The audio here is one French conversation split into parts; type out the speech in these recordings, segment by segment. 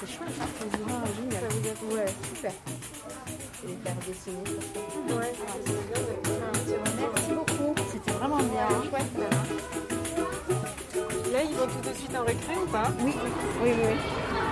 c'est chouette, ça. Génial. Ça vous a plu? Ouais, super. Et les faire dessiner, ça. Ouais, c'est bien de faire un petit retour. Merci beaucoup. C'était vraiment bien. Chouette. Là, ils vont tout de suite en récré ou pas? Oui, oui, oui, oui.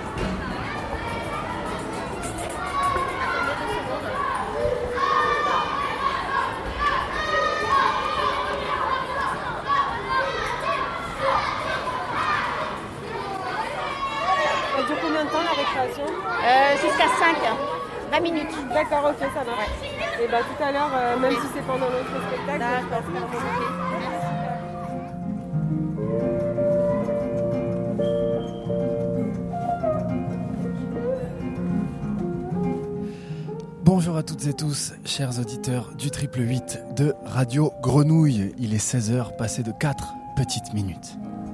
Ça dure combien de temps la récréation? Jusqu'à 5, 20 minutes. D'accord, ok, ça marche. Et bah tout à l'heure, même si c'est pendant notre spectacle, je passe faire mon café. Bonjour à toutes et tous, chers auditeurs du 888 de Radio Grenouille. Il est 16h, passé de 4 petites minutes.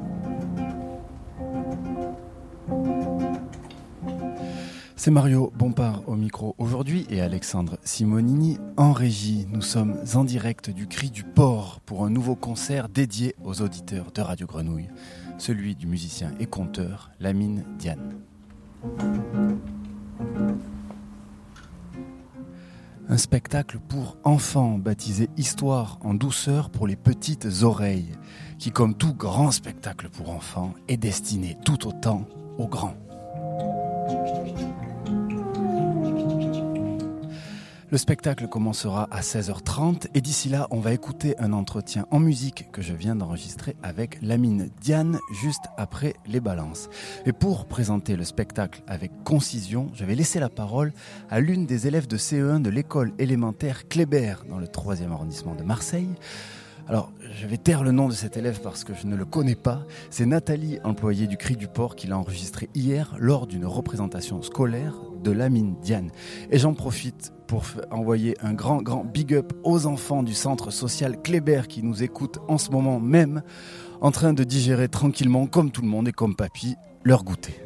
C'est Mario Bompard au micro aujourd'hui et Alexandre Simonini en régie. Nous sommes en direct du Cri du Port pour un nouveau concert dédié aux auditeurs de Radio Grenouille, celui du musicien et conteur Lamine Diane. Un spectacle pour enfants baptisé Histoire en douceur pour les petites oreilles, qui comme tout grand spectacle pour enfants est destiné tout autant aux grands. Le spectacle commencera à 16h30 et d'ici là, on va écouter un entretien en musique que je viens d'enregistrer avec Lamine Diane juste après les balances. Et pour présenter le spectacle avec concision, je vais laisser la parole à l'une des élèves de CE1 de l'école élémentaire Kléber dans le 3e arrondissement de Marseille. Alors, je vais taire le nom de cet élève parce que je ne le connais pas. C'est Nathalie, employée du Cri du Port, qui l'a enregistré hier lors d'une représentation scolaire de Lamine Diane. Et j'en profite pour envoyer un grand big up aux enfants du centre social Kléber qui nous écoutent en ce moment même, en train de digérer tranquillement, comme tout le monde et comme papy, leur goûter.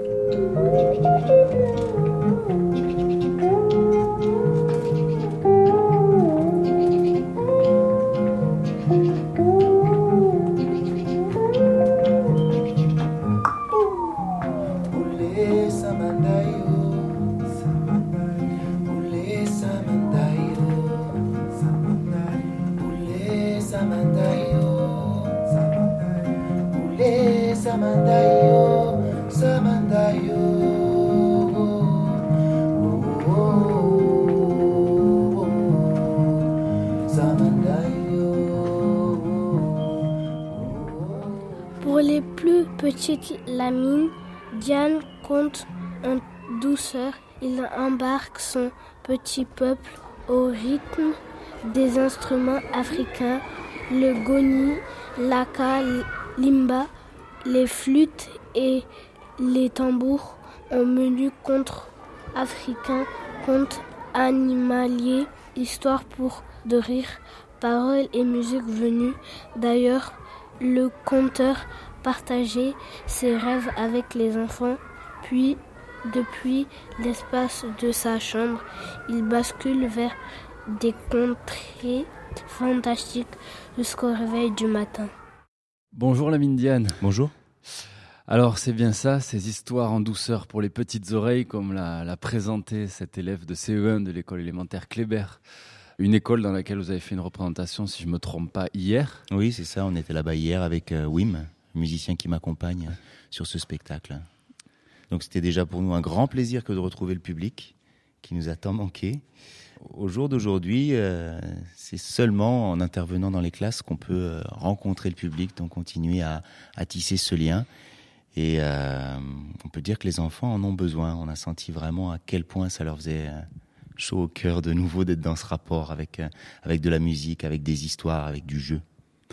Pour les plus petites, Lamine Diane compte en douceur. Il embarque son petit peuple au rythme des instruments africains, le goni, la kalimba, les flûtes et les tambours en menu conte africain, conte animalier, histoire pour de rire, paroles et musique venues d'ailleurs. Le conteur partageait ses rêves avec les enfants, puis depuis l'espace de sa chambre, il bascule vers des contrées fantastiques jusqu'au réveil du matin. Bonjour Lamine Diane. Bonjour. Alors c'est bien ça, ces histoires en douceur pour les petites oreilles, comme l'a présenté cet élève de CE1 de l'école élémentaire Kléber. Une école dans laquelle vous avez fait une représentation, si je ne me trompe pas, hier. Oui, c'est ça, on était là-bas hier avec Wim, musicien qui m'accompagne sur ce spectacle. Donc c'était déjà pour nous un grand plaisir que de retrouver le public qui nous a tant manqué. Au jour d'aujourd'hui, c'est seulement en intervenant dans les classes qu'on peut rencontrer le public, donc continuer à tisser ce lien. Et on peut dire que les enfants en ont besoin. On a senti vraiment à quel point ça leur faisait chaud au cœur de nouveau d'être dans ce rapport avec de la musique, avec des histoires, avec du jeu.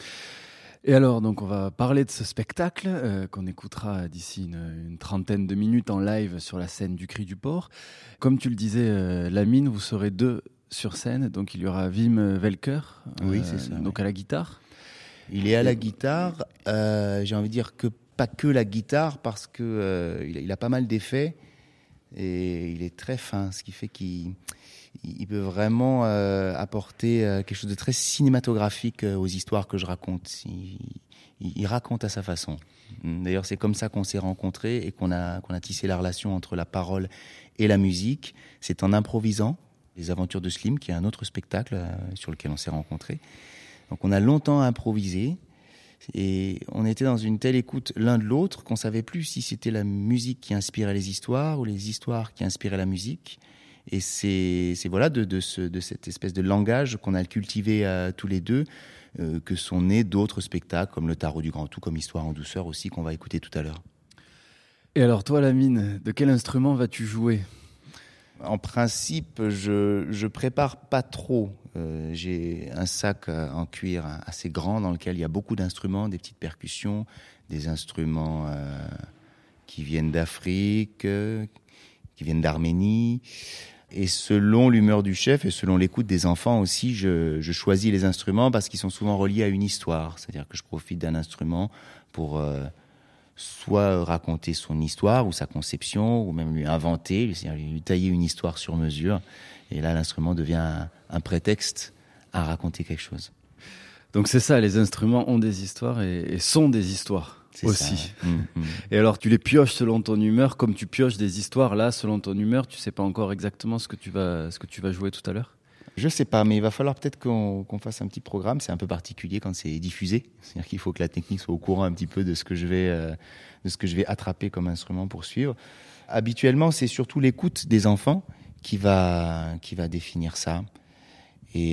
Et alors, donc, on va parler de ce spectacle qu'on écoutera d'ici une trentaine de minutes en live sur la scène du Cri du Port. Comme tu le disais, Lamine, vous serez deux sur scène. Donc, il y aura Wim Welker, oui, c'est ça, donc à la guitare. Il est à la guitare. J'ai envie de dire que pas que la guitare, parce que il a pas mal d'effets et il est très fin, ce qui fait qu'il peut vraiment apporter quelque chose de très cinématographique aux histoires que je raconte. il raconte à sa façon. D'ailleurs, c'est comme ça qu'on s'est rencontrés et qu'on a tissé la relation entre la parole et la musique. C'est en improvisant Les Aventures de Slim, qui est un autre spectacle sur lequel on s'est rencontrés. Donc on a longtemps improvisé et on était dans une telle écoute l'un de l'autre qu'on savait plus si c'était la musique qui inspirait les histoires ou les histoires qui inspiraient la musique. Et c'est voilà de cette espèce de langage qu'on a cultivé tous les deux que sont nés d'autres spectacles comme Le Tarot du Grand Tout, comme Histoire en douceur aussi, qu'on va écouter tout à l'heure. Et alors toi, Lamine, de quel instrument vas-tu jouer ? En principe, je prépare pas trop. J'ai un sac en cuir assez grand dans lequel il y a beaucoup d'instruments, des petites percussions, des instruments qui viennent d'Afrique, qui viennent d'Arménie. Et selon l'humeur du chef et selon l'écoute des enfants aussi, je choisis les instruments parce qu'ils sont souvent reliés à une histoire. C'est-à-dire que je profite d'un instrument pour soit raconter son histoire ou sa conception, ou même lui inventer, c'est-à-dire lui tailler une histoire sur mesure. Et là, l'instrument devient un prétexte à raconter quelque chose. Donc c'est ça, les instruments ont des histoires et sont des histoires. C'est aussi. Ça. Et alors, tu les pioches selon ton humeur, comme tu pioches des histoires là, selon ton humeur. Tu sais pas encore exactement ce que tu vas jouer tout à l'heure ? Je sais pas, mais il va falloir peut-être qu'on fasse un petit programme. C'est un peu particulier quand c'est diffusé. C'est-à-dire qu'il faut que la technique soit au courant un petit peu de ce que je vais attraper comme instrument pour suivre. Habituellement, c'est surtout l'écoute des enfants qui va définir ça. Et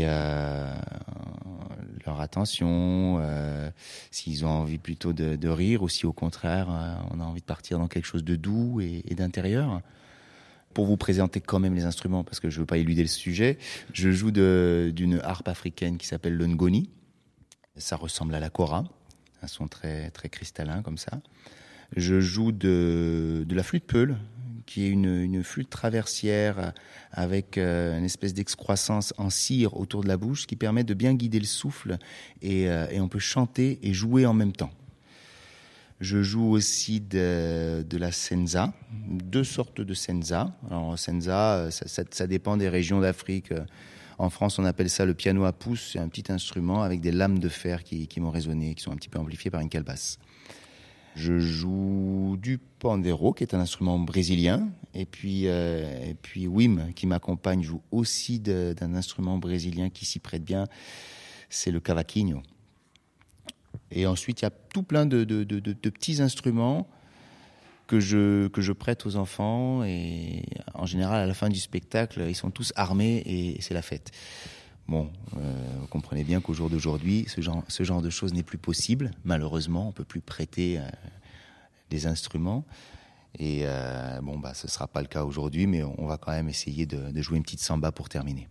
leur attention, s'ils ont envie plutôt de rire ou si au contraire on a envie de partir dans quelque chose de doux et d'intérieur. Pour vous présenter quand même les instruments, parce que je ne veux pas éluder le sujet, je joue d'une harpe africaine qui s'appelle le ngoni. Ça ressemble à la kora, un son très, très cristallin comme ça. Je joue de la flûte peul, qui est une flûte traversière avec une espèce d'excroissance en cire autour de la bouche, qui permet de bien guider le souffle et on peut chanter et jouer en même temps. Je joue aussi de la senza, 2 sortes de senza. Alors senza, ça dépend des régions d'Afrique. En France, on appelle ça le piano à pouce. C'est un petit instrument avec des lames de fer qui vont résonner, qui sont un petit peu amplifiées par une calebasse. Je joue du pandeiro, qui est un instrument brésilien. Et puis Wim, qui m'accompagne, joue aussi d'un instrument brésilien qui s'y prête bien. C'est le cavaquinho. Et ensuite, il y a tout plein de petits instruments que je prête aux enfants. Et en général, à la fin du spectacle, ils sont tous armés et c'est la fête. Bon, vous comprenez bien qu'au jour d'aujourd'hui, ce genre de choses n'est plus possible. Malheureusement, on ne peut plus prêter des instruments. Et ce ne sera pas le cas aujourd'hui, mais on va quand même essayer de jouer une petite samba pour terminer.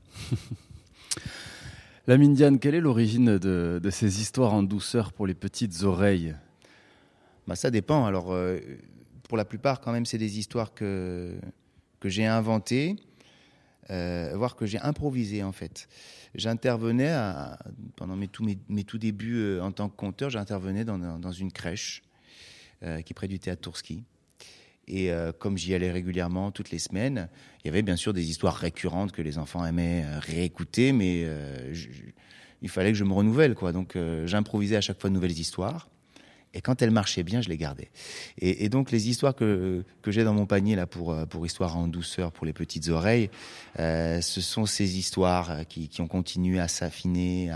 Lamine Diane, quelle est l'origine de ces histoires en douceur pour les petites oreilles ? Ça dépend. Alors, pour la plupart, quand même, c'est des histoires que j'ai inventées, voire que j'ai improvisées, en fait. J'intervenais, pendant mes tout débuts en tant que conteur, j'intervenais dans une crèche qui est près du théâtre Tourski. Et comme j'y allais régulièrement toutes les semaines, il y avait bien sûr des histoires récurrentes que les enfants aimaient réécouter, mais il fallait que je me renouvelle, quoi. Donc j'improvisais à chaque fois de nouvelles histoires. Et quand elles marchaient bien, je les gardais. Et donc les histoires que j'ai dans mon panier là pour Histoire en douceur pour les petites oreilles, ce sont ces histoires qui ont continué à s'affiner,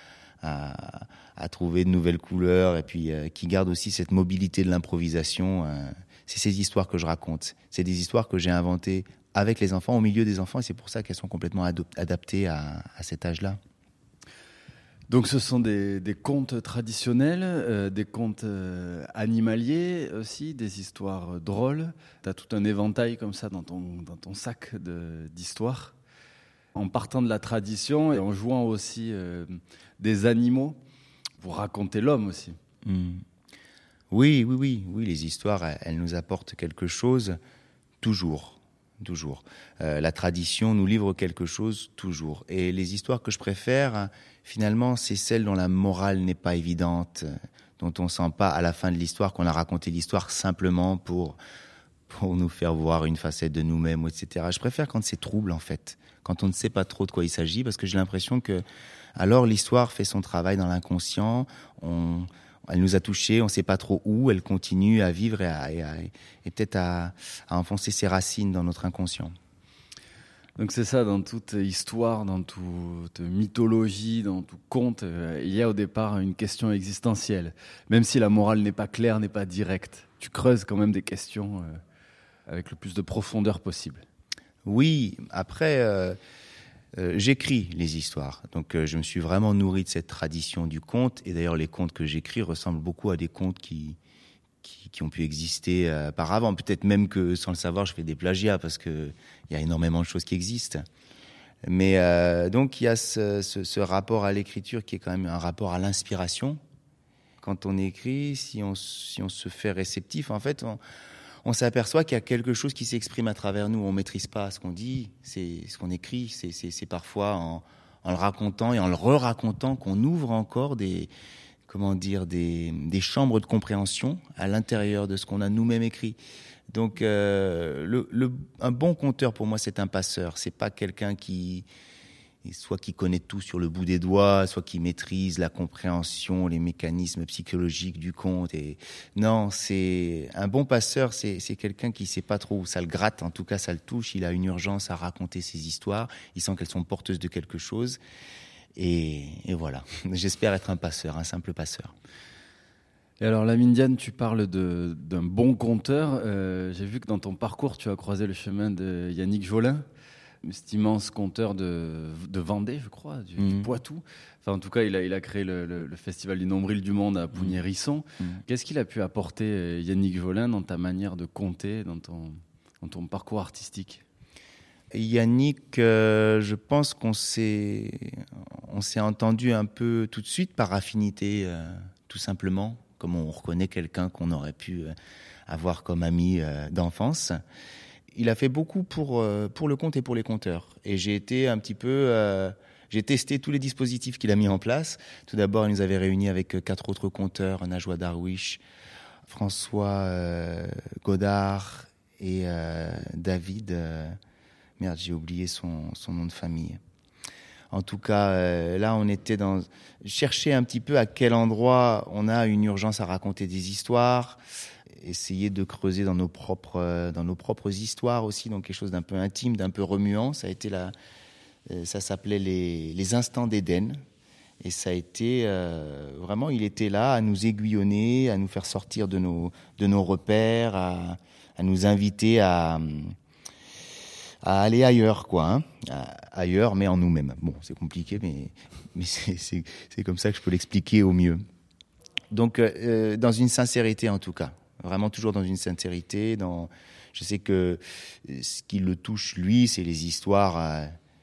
à trouver de nouvelles couleurs, et puis qui gardent aussi cette mobilité de l'improvisation. C'est ces histoires que je raconte. C'est des histoires que j'ai inventées avec les enfants, au milieu des enfants, et c'est pour ça qu'elles sont complètement adaptées à cet âge-là. Donc ce sont des contes traditionnels, des contes animaliers aussi, des histoires drôles. Tu as tout un éventail comme ça dans ton sac d'histoires. En partant de la tradition et en jouant aussi des animaux, vous racontez l'homme aussi. Oui, les histoires, elles nous apportent quelque chose, toujours. La tradition nous livre quelque chose, toujours. Et les histoires que je préfère, finalement, c'est celles dont la morale n'est pas évidente, dont on ne sent pas à la fin de l'histoire qu'on a raconté l'histoire simplement pour nous faire voir une facette de nous-mêmes, etc. Je préfère quand c'est trouble, en fait, quand on ne sait pas trop de quoi il s'agit, parce que j'ai l'impression que alors l'histoire fait son travail dans l'inconscient, Elle nous a touchés, on ne sait pas trop où, elle continue à vivre et peut-être à enfoncer ses racines dans notre inconscient. Donc c'est ça, dans toute histoire, dans toute mythologie, dans tout conte, il y a au départ une question existentielle. Même si la morale n'est pas claire, n'est pas directe, tu creuses quand même des questions avec le plus de profondeur possible. Oui, après, j'écris les histoires. Donc je me suis vraiment nourri de cette tradition du conte. Et d'ailleurs, les contes que j'écris ressemblent beaucoup à des contes qui ont pu exister par avant. Peut-être même que, sans le savoir, je fais des plagiats parce qu'il y a énormément de choses qui existent. Mais donc, il y a ce rapport à l'écriture qui est quand même un rapport à l'inspiration. Quand on écrit, si on se fait réceptif, en fait, on s'aperçoit qu'il y a quelque chose qui s'exprime à travers nous. On ne maîtrise pas ce qu'on dit, c'est ce qu'on écrit. C'est parfois en le racontant et en le re-racontant qu'on ouvre encore des chambres de compréhension à l'intérieur de ce qu'on a nous-mêmes écrit. Donc, un bon conteur, pour moi, c'est un passeur. C'est pas quelqu'un qui connaît tout sur le bout des doigts, soit qui maîtrise la compréhension, les mécanismes psychologiques du conte. Non, c'est un bon passeur, c'est quelqu'un qui sait pas trop où ça le gratte. En tout cas, ça le touche. Il a une urgence à raconter ses histoires. Il sent qu'elles sont porteuses de quelque chose. Et voilà, j'espère être un simple passeur. Et alors, Lamine Diane, tu parles d'un bon conteur. J'ai vu que dans ton parcours, tu as croisé le chemin de Yannick Jolin, cet immense conteur de Vendée, je crois, du Poitou. Enfin, en tout cas, il a créé le Festival du Nombril du Monde à Pougny-Hérisson. Qu'est-ce qu'il a pu apporter, Yannick Jolin, dans ta manière de conter, dans ton parcours artistique ? Yannick, je pense qu'on s'est entendu un peu tout de suite par affinité, tout simplement, comme on reconnaît quelqu'un qu'on aurait pu avoir comme ami d'enfance. Il a fait beaucoup pour le conte et pour les conteurs. Et j'ai été un petit peu... j'ai testé tous les dispositifs qu'il a mis en place. Tout d'abord, il nous avait réunis avec 4 autres conteurs, Najwa Darwish, François Godard et David... Merde, j'ai oublié son nom de famille. En tout cas, là, on était chercher un petit peu à quel endroit on a une urgence à raconter des histoires, essayer de creuser dans nos propres histoires aussi, donc quelque chose d'un peu intime, d'un peu remuant. Ça s'appelait les instants d'Éden. Et ça a été vraiment, il était là à nous aiguillonner, à nous faire sortir de nos repères, à nous inviter à aller ailleurs, quoi, ailleurs, mais en nous-mêmes. Bon, c'est compliqué, mais c'est comme ça que je peux l'expliquer au mieux. Donc, dans une sincérité, en tout cas. Vraiment toujours dans une sincérité. Je sais que ce qui le touche, lui, c'est les histoires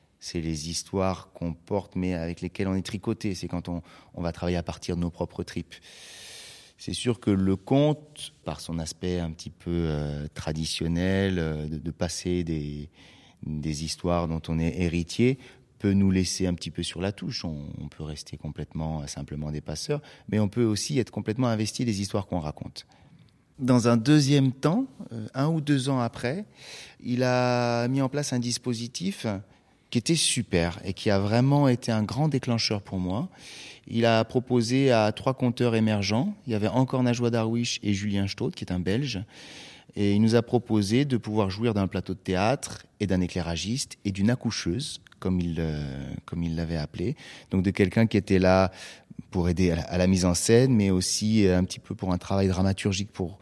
qu'on porte, mais avec lesquelles on est tricoté. C'est quand on va travailler à partir de nos propres tripes. C'est sûr que le conte, par son aspect un petit peu traditionnel, de passer des histoires dont on est héritier, peut nous laisser un petit peu sur la touche. On peut rester complètement, simplement des passeurs, mais on peut aussi être complètement investi des histoires qu'on raconte. Dans un deuxième temps, 1 ou 2 ans après, il a mis en place un dispositif qui était super et qui a vraiment été un grand déclencheur pour moi. Il a proposé à 3 conteurs émergents, il y avait encore Najwa Darwish et Julien Staudt, qui est un Belge, et il nous a proposé de pouvoir jouir d'un plateau de théâtre et d'un éclairagiste et d'une accoucheuse, comme il l'avait appelé, donc de quelqu'un qui était là pour aider à la mise en scène, mais aussi un petit peu pour un travail dramaturgique pour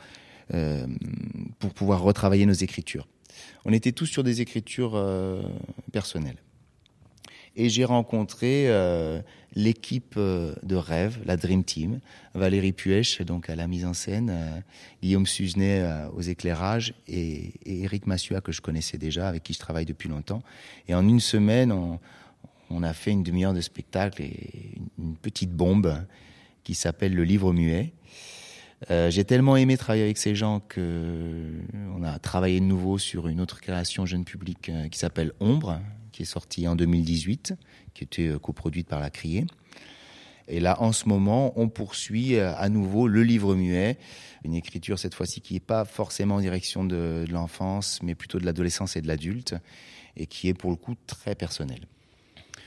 pouvoir retravailler nos écritures. On était tous sur des écritures personnelles. Et j'ai rencontré l'équipe de rêve, la Dream Team, Valérie Puech, donc à la mise en scène, Guillaume Sugenet aux éclairages et Éric Massua, que je connaissais déjà, avec qui je travaille depuis longtemps. Et en une semaine, on a fait une demi-heure de spectacle et une petite bombe qui s'appelle Le Livre Muet. J'ai tellement aimé travailler avec ces gens qu'on a travaillé de nouveau sur une autre création jeune public qui s'appelle Ombre, qui est sortie en 2018, qui était coproduite par La Criée. Et là, en ce moment, on poursuit à nouveau Le Livre Muet, une écriture cette fois-ci qui n'est pas forcément en direction de l'enfance, mais plutôt de l'adolescence et de l'adulte, et qui est pour le coup très personnelle.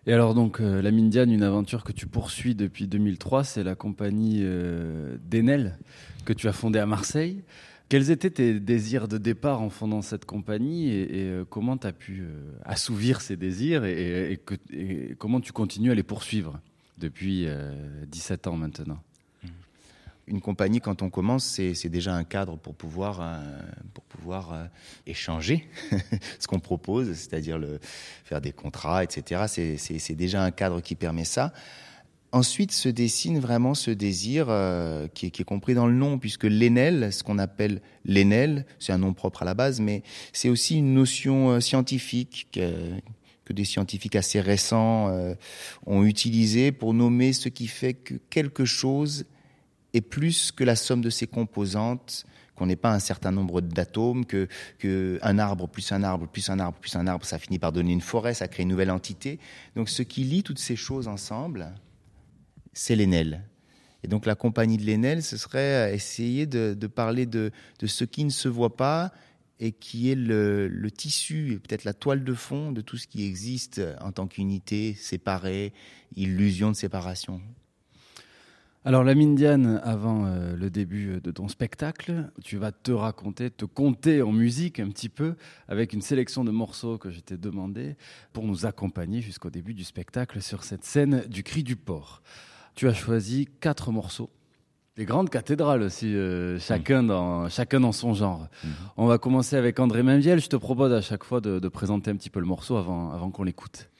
Et alors donc, Lamine Diane, une aventure que tu poursuis depuis 2003, c'est la compagnie d'Enel que tu as fondée à Marseille. Quels étaient tes désirs de départ en fondant cette compagnie et comment tu as pu assouvir ces désirs et comment tu continues à les poursuivre depuis 17 ans maintenant? Une compagnie, quand on commence, c'est déjà un cadre pour pouvoir échanger ce qu'on propose, c'est-à-dire faire des contrats, etc. C'est déjà un cadre qui permet ça. Ensuite se dessine vraiment ce désir qui est compris dans le nom, puisque l'Enel, ce qu'on appelle l'Enel, c'est un nom propre à la base, mais c'est aussi une notion scientifique que des scientifiques assez récents ont utilisée pour nommer ce qui fait que quelque chose est plus que la somme de ses composantes, qu'on n'est pas un certain nombre d'atomes, que un arbre plus un arbre plus un arbre plus un arbre, ça finit par donner une forêt, ça crée une nouvelle entité. Donc ce qui lie toutes ces choses ensemble, c'est l'Enel. Et donc la compagnie de l'Enel, ce serait essayer de parler de ce qui ne se voit pas et qui est le tissu et peut-être la toile de fond de tout ce qui existe en tant qu'unité séparée, illusion de séparation. Alors Lamine Diane, avant le début de ton spectacle, tu vas te conter en musique un petit peu avec une sélection de morceaux que je t'ai demandé pour nous accompagner jusqu'au début du spectacle sur cette scène du Cri du Port. Tu as choisi 4 morceaux, des grandes cathédrales aussi, chacun dans son genre. On va commencer avec André Mainviel. Je te propose à chaque fois de présenter un petit peu le morceau avant qu'on l'écoute.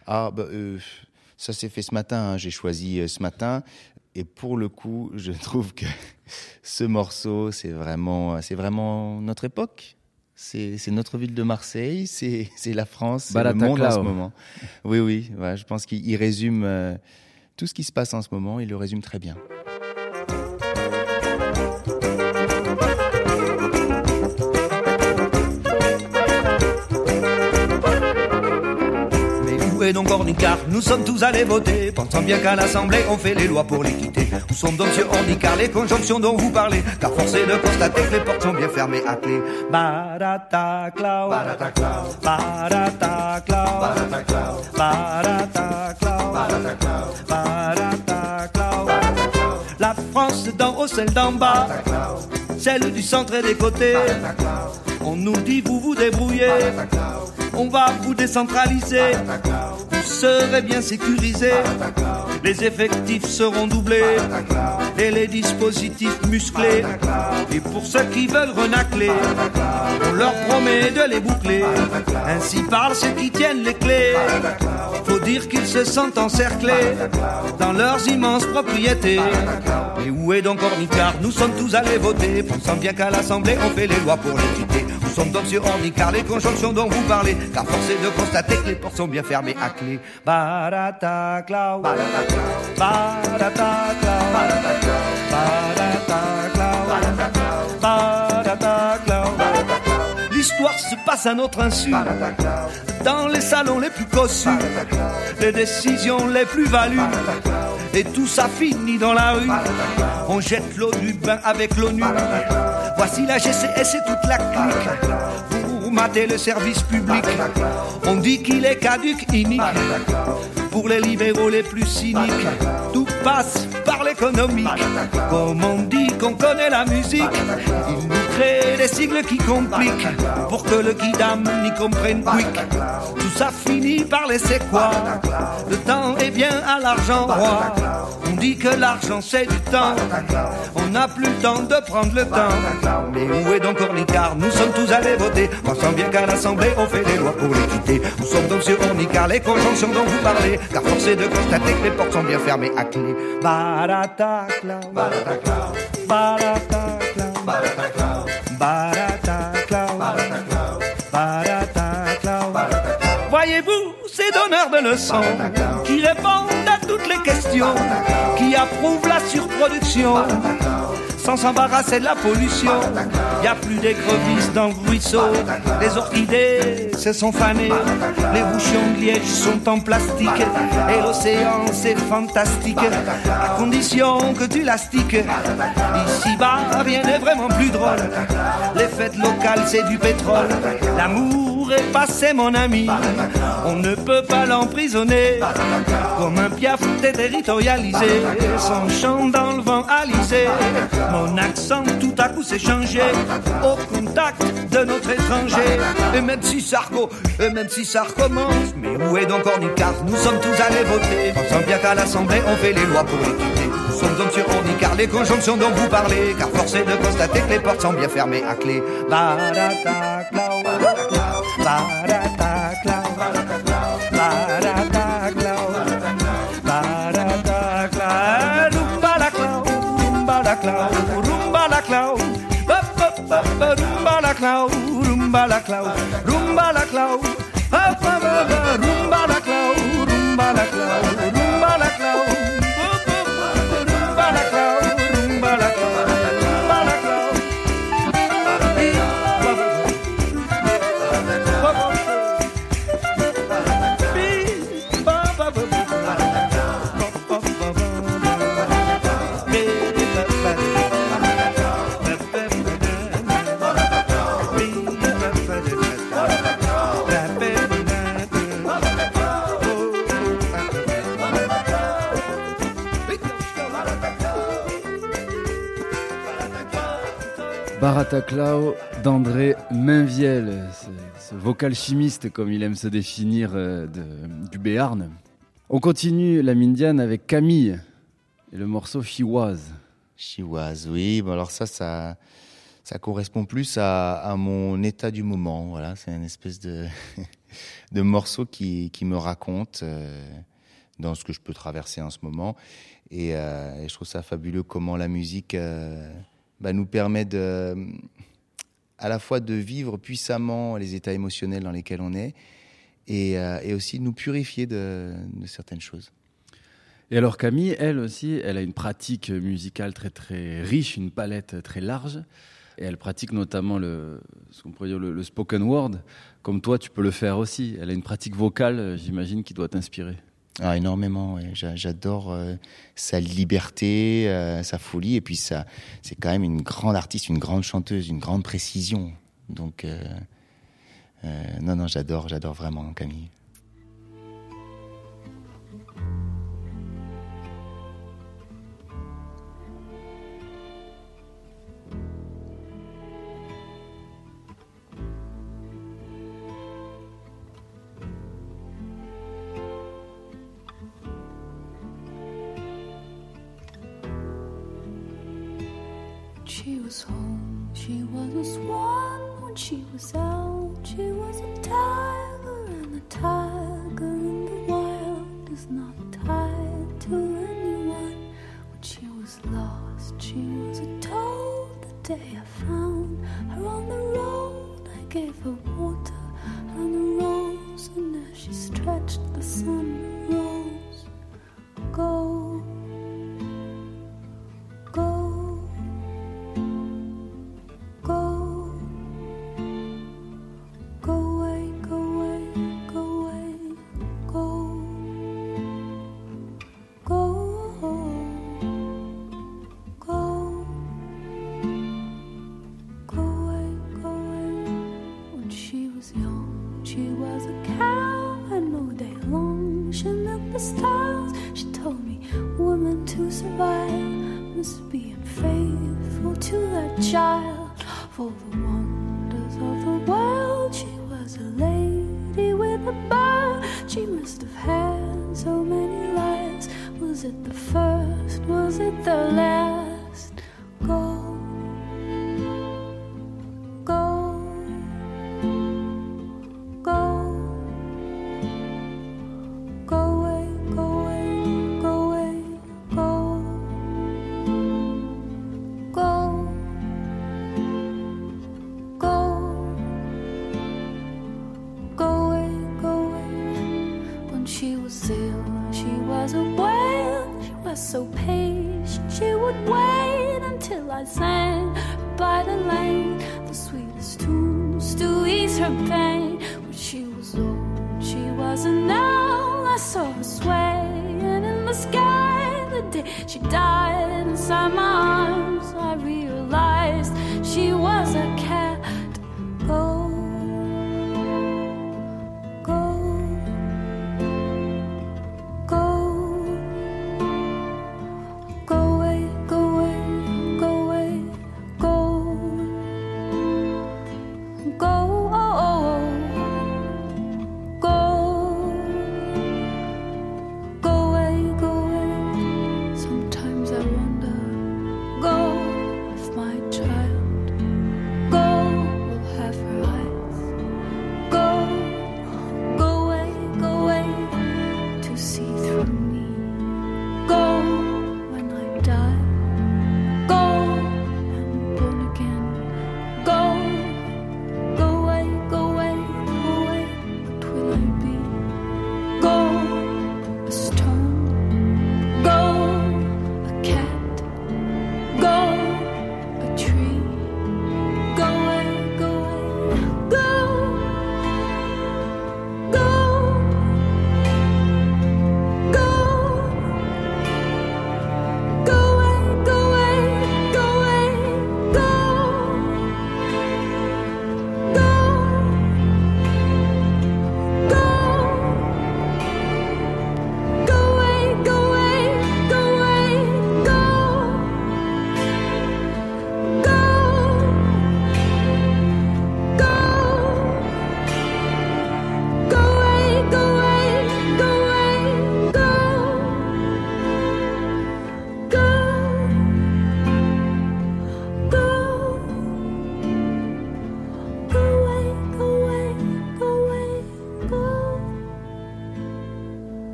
Ça s'est fait ce matin, hein. J'ai choisi ce matin. Et pour le coup, je trouve que ce morceau, c'est vraiment notre époque. C'est notre ville de Marseille, c'est la France, c'est le monde en ce moment. Oui, ouais, je pense qu'il résume tout ce qui se passe en ce moment, il le résume très bien. Où est donc Ornicard? Nous sommes tous allés voter, pensant bien qu'à l'Assemblée on fait les lois pour l'équité. Où sont donc monsieur Ornicard, les conjonctions dont vous parlez? Car force est de constater que les portes sont bien fermées à clé. Barataclao, barataclao, barataclao, barataclao, barataclao, barataclao, barataclao. La France d'en haut, celle d'en bas, celle du centre et des côtés. On nous dit vous débrouillez, on va vous décentraliser, vous serez bien sécurisés, les effectifs seront doublés et les dispositifs musclés. Et pour ceux qui veulent renacler, on leur promet de les boucler. Ainsi parlent ceux qui tiennent les clés. Faut dire qu'ils se sentent encerclés dans leurs immenses propriétés. Et où est donc Ornicard? Nous sommes tous allés voter, pensant bien qu'à l'Assemblée on fait les lois pour l'équité. Où sont donc sur Ornicard, les conjonctions dont vous parlez? Car force est de constater que les portes sont bien fermées à clé. Barataclao, barataclao, barataclao, barataclao, barataclao, barataclao. L'histoire se passe à notre insu, dans les salons les plus cossus, les décisions les plus values, et tout ça finit dans la rue. On jette l'eau du bain avec l'ONU. Voici la GCS et toute la clique. Vous matez le service public. On dit qu'il est caduc, inique. Pour les libéraux les plus cyniques, tout passe par l'économique. Comme on dit qu'on connaît la musique, ils nous créent des sigles qui compliquent pour que le kidam n'y comprenne quick. Tout ça finit par laisser quoi? Le temps est bien à l'argent roi. On dit que l'argent c'est du temps. On n'a plus le temps de prendre le temps. Mais où est donc Ornicard? Nous sommes tous allés voter, pensant bien qu'à l'Assemblée on fait des lois pour l'équité. Nous sommes donc sur Ornicard, les conjonctions dont vous parlez. Car force est de constater que les portes sont bien fermées à clé. Barataclao, barataclao, barataclao, barataclao, barataclao, barataclao, barataclao, barataclao. Voyez-vous ces donneurs de leçons qui répondent à toutes les questions, qui approuvent la surproduction sans s'embarrasser de la pollution. Y a plus d'écrevisses dans le ruisseau, les orchidées se sont fanées, les bouchons de liège sont en plastique, et l'océan c'est fantastique, à condition que tu l'astiques. Ici-bas rien n'est vraiment plus drôle, les fêtes locales c'est du pétrole, l'amour pour effacer mon ami. On ne peut pas l'emprisonner, comme un Piaf déterritorialisé. Son chant dans le vent alisé, mon accent tout à coup s'est changé au contact de notre étranger. Et même si ça recommence, mais où est donc Ornicard? Nous sommes tous allés voter, pensant bien qu'à l'Assemblée on fait les lois pour l'équité. Nous sommes donc sur Ornicard, les conjonctions dont vous parlez, car force est de constater que les portes sont bien fermées à clé. Barataclao, barataclao, barataclao, barataclao, rumbalaclao, rumbalaclao, rumbalaclao, rumbalaclao, rumbalaclao, rumbalaclao, rumbalaclao, rumbalaclao, rumbalaclao. Barataclao d'André Mainviel, ce vocal chimiste comme il aime se définir du Béarn. On continue la Diane avec Camille et le morceau She Was. She Was, oui. Bon, alors ça correspond plus à mon état du moment. Voilà, c'est une espèce de morceau qui me raconte dans ce que je peux traverser en ce moment. Et je trouve ça fabuleux comment la musique nous permet à la fois de vivre puissamment les états émotionnels dans lesquels on est et aussi de nous purifier de certaines choses. Et alors Camille, elle aussi, elle a une pratique musicale très très riche, une palette très large. Et elle pratique notamment ce qu'on pourrait dire le spoken word. Comme toi, tu peux le faire aussi. Elle a une pratique vocale, j'imagine, qui doit t'inspirer. Ah, énormément, ouais. J'adore sa liberté, sa folie, et puis c'est quand même une grande artiste, une grande chanteuse, une grande précision. Donc, non, j'adore vraiment Camille. She was home, she was a swan. When she was out, she was a tiger. And the tiger in the wild is not tied to anyone. When she was lost, she was a toad. The day I found her on the road, I gave her water and a rose. And as she stretched, the sun rose. Go. For the wonders of the world, she was a lady with a bow. She must have had so many lives. Was it the first? Was it the last? Go, go, go, go away, go away, go away, go, go. So patient, she would wait until I sang by the lane the sweetest tunes to ease her pain. When she was old, she was an owl. I saw her swaying in the sky the day she died. Inside my arms, I realized she was a cat. Go.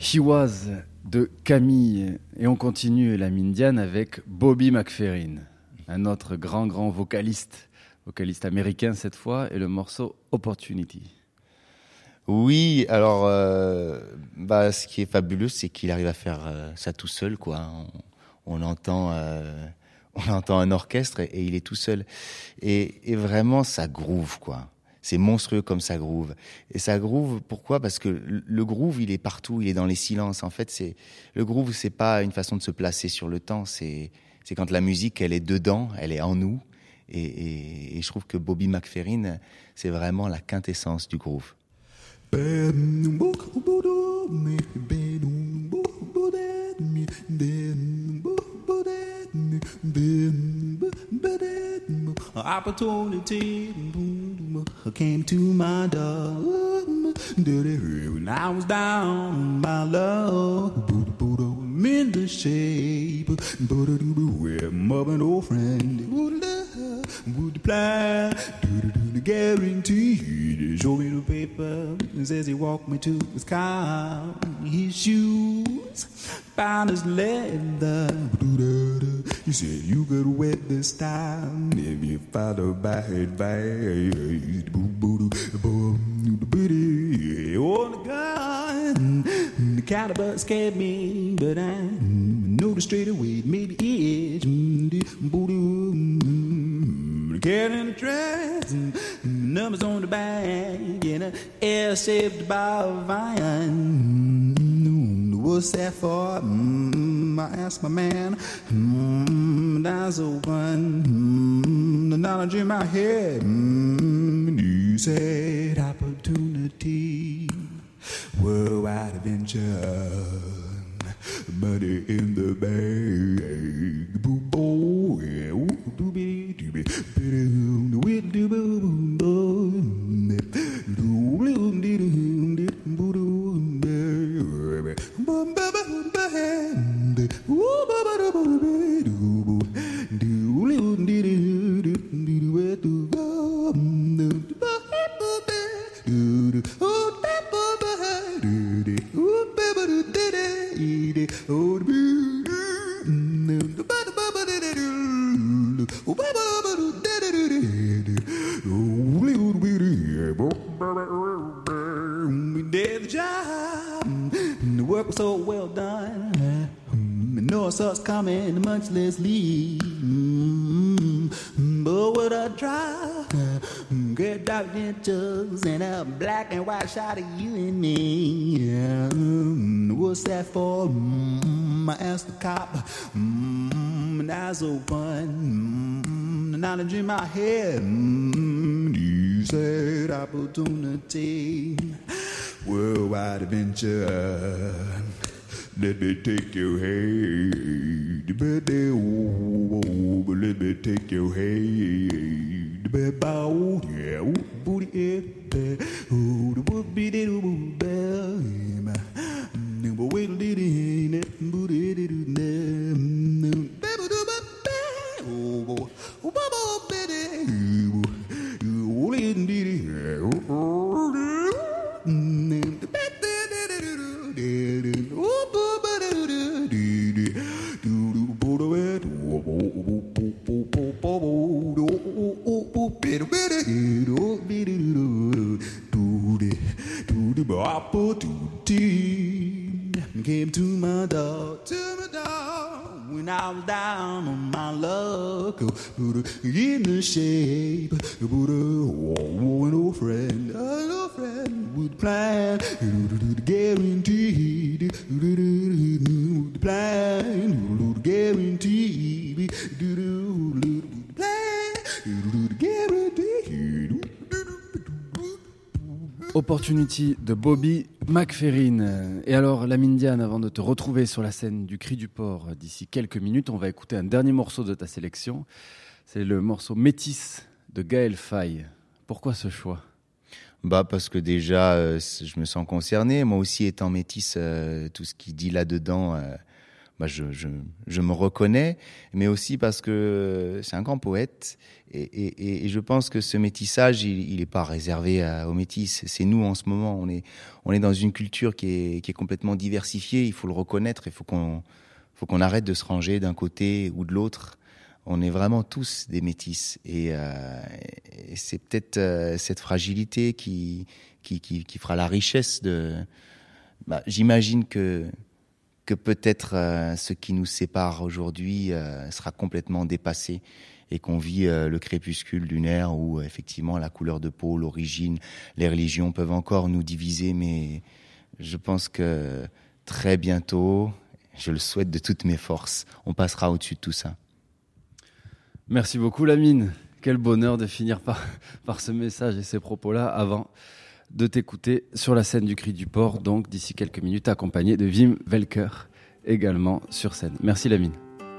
She Was de Camille. Et on continue Lamine Diane avec Bobby McFerrin, un autre grand vocaliste américain cette fois, et le morceau Opportunity. Oui, alors, ce qui est fabuleux, c'est qu'il arrive à faire ça tout seul, quoi. On entend un orchestre et il est tout seul. Et vraiment, ça groove, quoi. C'est monstrueux comme ça groove. Et ça groove, pourquoi ? Parce que le groove, il est partout, il est dans les silences. En fait, le groove, c'est pas une façon de se placer sur le temps. C'est quand la musique, elle est dedans, elle est en nous. Et je trouve que Bobby McFerrin, c'est vraiment la quintessence du groove. Opportunity came to my door when I was down, my love. I'm in the shape, where mother and old friend would plan to guarantee. Show me the paper, says he walked me to his car. His shoes, found his leather. He said you could wet this time if you follow by advice. Oh, the gun, the caliber scared me, but I noticed straight away it made the edge. Carrying the dress, numbers on the back, and an air saved by a vine. What's that for? I asked my man. Eyes open, the knowledge in my head. He said opportunity, worldwide adventure, money in the bag. Boo boo, yeah, ooh, doobie doobie, doobie doobie doobie did the job. The work was so well done. No such coming, much less leave. But what a drive. Great dark dentures and a black and white shot of you and me. What's that for? I asked the cop. And eyes open. Knowledge in my head. You said opportunity. Worldwide adventure. Let me take your hand, baby. Oh, let me take your hand, baby. Oh, yeah, oh, booty, yeah, oh, the booty, the booty, but wait a little, booty, opportunity came to my door, when I was down on my luck, in the shape, an old friend would plan, guaranteed, plan, guaranteed, Opportunity de Bobby McFerrin. Et alors, Lamine Diane, avant de te retrouver sur la scène du Cri du Port d'ici quelques minutes, on va écouter un dernier morceau de ta sélection. C'est le morceau Métis de Gaël Faye. Pourquoi ce choix ? Parce que déjà, je me sens concerné. Moi aussi, étant métisse, tout ce qu'il dit là-dedans, je me reconnais, mais aussi parce que c'est un grand poète et je pense que ce métissage, il est pas réservé aux métis. C'est nous en ce moment. On est dans une culture qui est complètement diversifiée. Il faut le reconnaître. Il faut qu'on arrête de se ranger d'un côté ou de l'autre. On est vraiment tous des métis et c'est peut-être cette fragilité qui fera la richesse de. J'imagine que peut-être ce qui nous sépare aujourd'hui sera complètement dépassé et qu'on vit le crépuscule d'une ère où effectivement la couleur de peau, l'origine, les religions peuvent encore nous diviser, mais je pense que très bientôt, je le souhaite de toutes mes forces, on passera au-dessus de tout ça. Merci beaucoup Lamine. Quel bonheur de finir par ce message et ces propos-là avant de t'écouter sur la scène du Cri du Port, donc d'ici quelques minutes, accompagné de Wim Welker, également sur scène. Merci Lamine.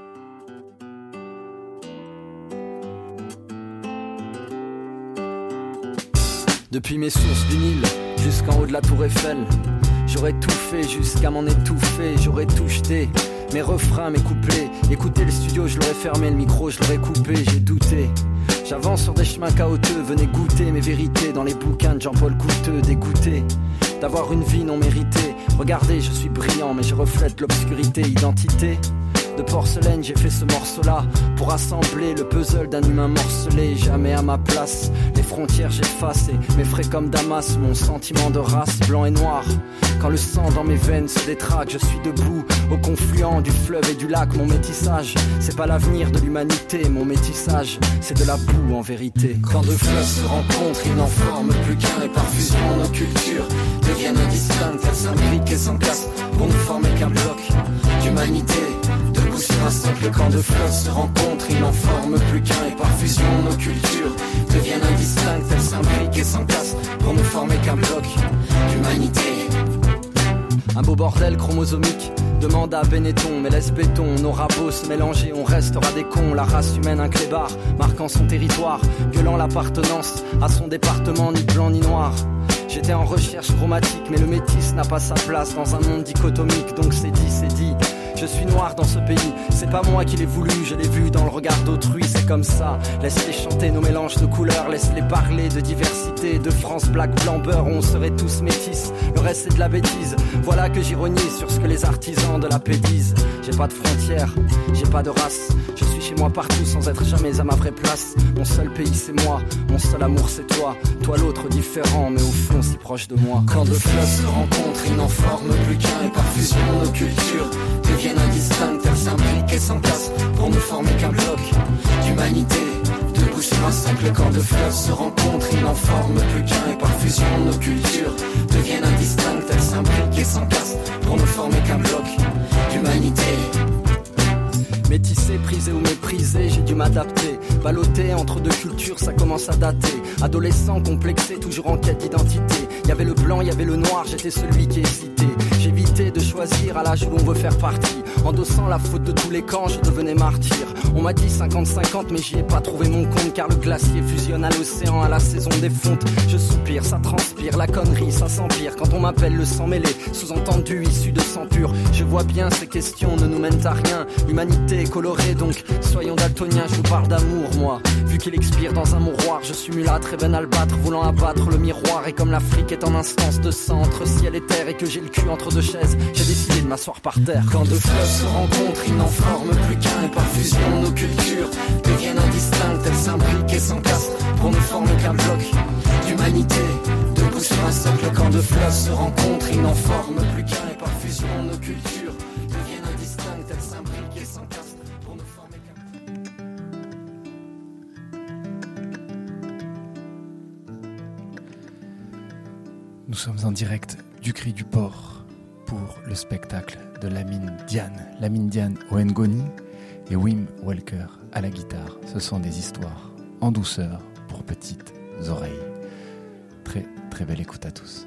Depuis mes sources du Nil jusqu'en haut de la tour Eiffel, j'aurais tout fait jusqu'à m'en étouffer, j'aurais tout jeté, mes refrains, mes couplets. Écoutez le studio, je l'aurais fermé, le micro, je l'aurais coupé, j'ai douté. J'avance sur des chemins chaotiques, venez goûter mes vérités dans les bouquins de Jean-Paul Couteux, dégoûté d'avoir une vie non méritée. Regardez, je suis brillant, mais je reflète l'obscurité, identité. De porcelaine, j'ai fait ce morceau-là pour assembler le puzzle d'un humain morcelé. Jamais à ma place, les frontières j'efface et m'effraie comme Damas mon sentiment de race blanc et noir. Quand le sang dans mes veines se détraque, je suis debout au confluent du fleuve et du lac. Mon métissage, c'est pas l'avenir de l'humanité. Mon métissage, c'est de la boue en vérité. Quand deux fleuves se rencontrent, ils n'en forment plus qu'un. Et par fusion, nos cultures deviennent indistinctes. Elles s'imbriquent et s'encassent pour ne former qu'un bloc d'humanité. Debout sur un socle, quand deux fleuves se rencontrent, ils n'en forment plus qu'un. Et par fusion, nos cultures deviennent indistinctes. Elles s'imbriquent et s'encassent pour ne former qu'un bloc d'humanité. Un beau bordel chromosomique demande à Benetton, mais laisse béton, nos rabots se mélanger, on restera des cons. La race humaine un clébard, marquant son territoire, violant l'appartenance à son département, ni blanc ni noir. J'étais en recherche chromatique, mais le métis n'a pas sa place dans un monde dichotomique, donc c'est dit, c'est dit. Je suis noir dans ce pays, c'est pas moi qui l'ai voulu, je l'ai vu dans le regard d'autrui, c'est comme ça. Laisse-les chanter nos mélanges de couleurs, laisse-les parler de diversité, de France, black, blanc, beurre, on serait tous métis. Le reste c'est de la bêtise, voilà que j'ironise sur ce que les artisans de la paix disent. J'ai pas de frontières, j'ai pas de race, je suis chez moi partout sans être jamais à ma vraie place. Mon seul pays c'est moi, mon seul amour c'est toi, toi l'autre différent mais au fond si proche de moi. Quand deux fleuves se rencontrent, ils n'en forment plus qu'un. Et par fusion nos cultures deviennent indistinctes, elles s'imbriquent et s'encassent pour ne former qu'un bloc d'humanité. Debout sur un socle, quand deux fleuves se rencontrent, ils n'en forment plus qu'un. Et par fusion nos cultures deviennent indistinctes, elles s'imbriquent et s'encassent pour ne former qu'un bloc d'humanité. Métissé, prisé ou méprisé, j'ai dû m'adapter. Ballotté entre deux cultures, ça commence à dater. Adolescent, complexé, toujours en quête d'identité. Y avait le blanc, y avait le noir, j'étais celui qui hésitait. J'évitais de choisir à l'âge où l'on veut faire partie. Endossant la faute de tous les camps, je devenais martyr. On m'a dit 50-50, mais j'y ai pas trouvé mon compte. Car le glacier fusionne à l'océan, à la saison des fontes. Je soupire, ça transpire, la connerie, ça s'empire. Quand on m'appelle le sang mêlé, sous-entendu issu de sang pur. Je vois bien ces questions ne nous mènent à rien. L'humanité est colorée, donc soyons daltoniens. Je vous parle d'amour, moi. Vu qu'il expire dans un mouroir, je suis mulâtre et ben albâtre, voulant abattre le miroir. Et comme l'Afrique est en instance de sang entre ciel et terre, et que j'ai le cul entre deux chaises, j'ai décidé de m'asseoir par terre. Quand deux fleuves se rencontrent, ils n'en forment plus qu'un. Et par fusion, nos cultures deviennent indistinctes. Elles s'imbriquent et s'encassent pour ne former qu'un bloc d'humanité. Debout sur un socle, quand deux fleuves se rencontrent, ils n'en forment plus qu'un. Et par fusion, nos cultures deviennent indistinctes. Elles s'imbriquent et s'encassent pour ne former qu'un. Nous sommes en direct du Cri du Port pour le spectacle de Lamine Diane au ngoni et Wim Welker à la guitare. Ce sont des histoires en douceur pour petites oreilles. Très très belle écoute à tous.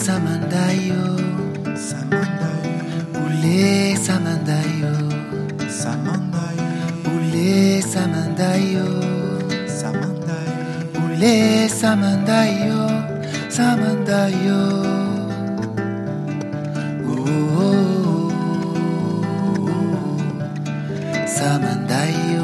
Samandayo, Oulé Samandayo, Oulé Samandayo, Oulé Samandayo, Samandayo. Samandayo,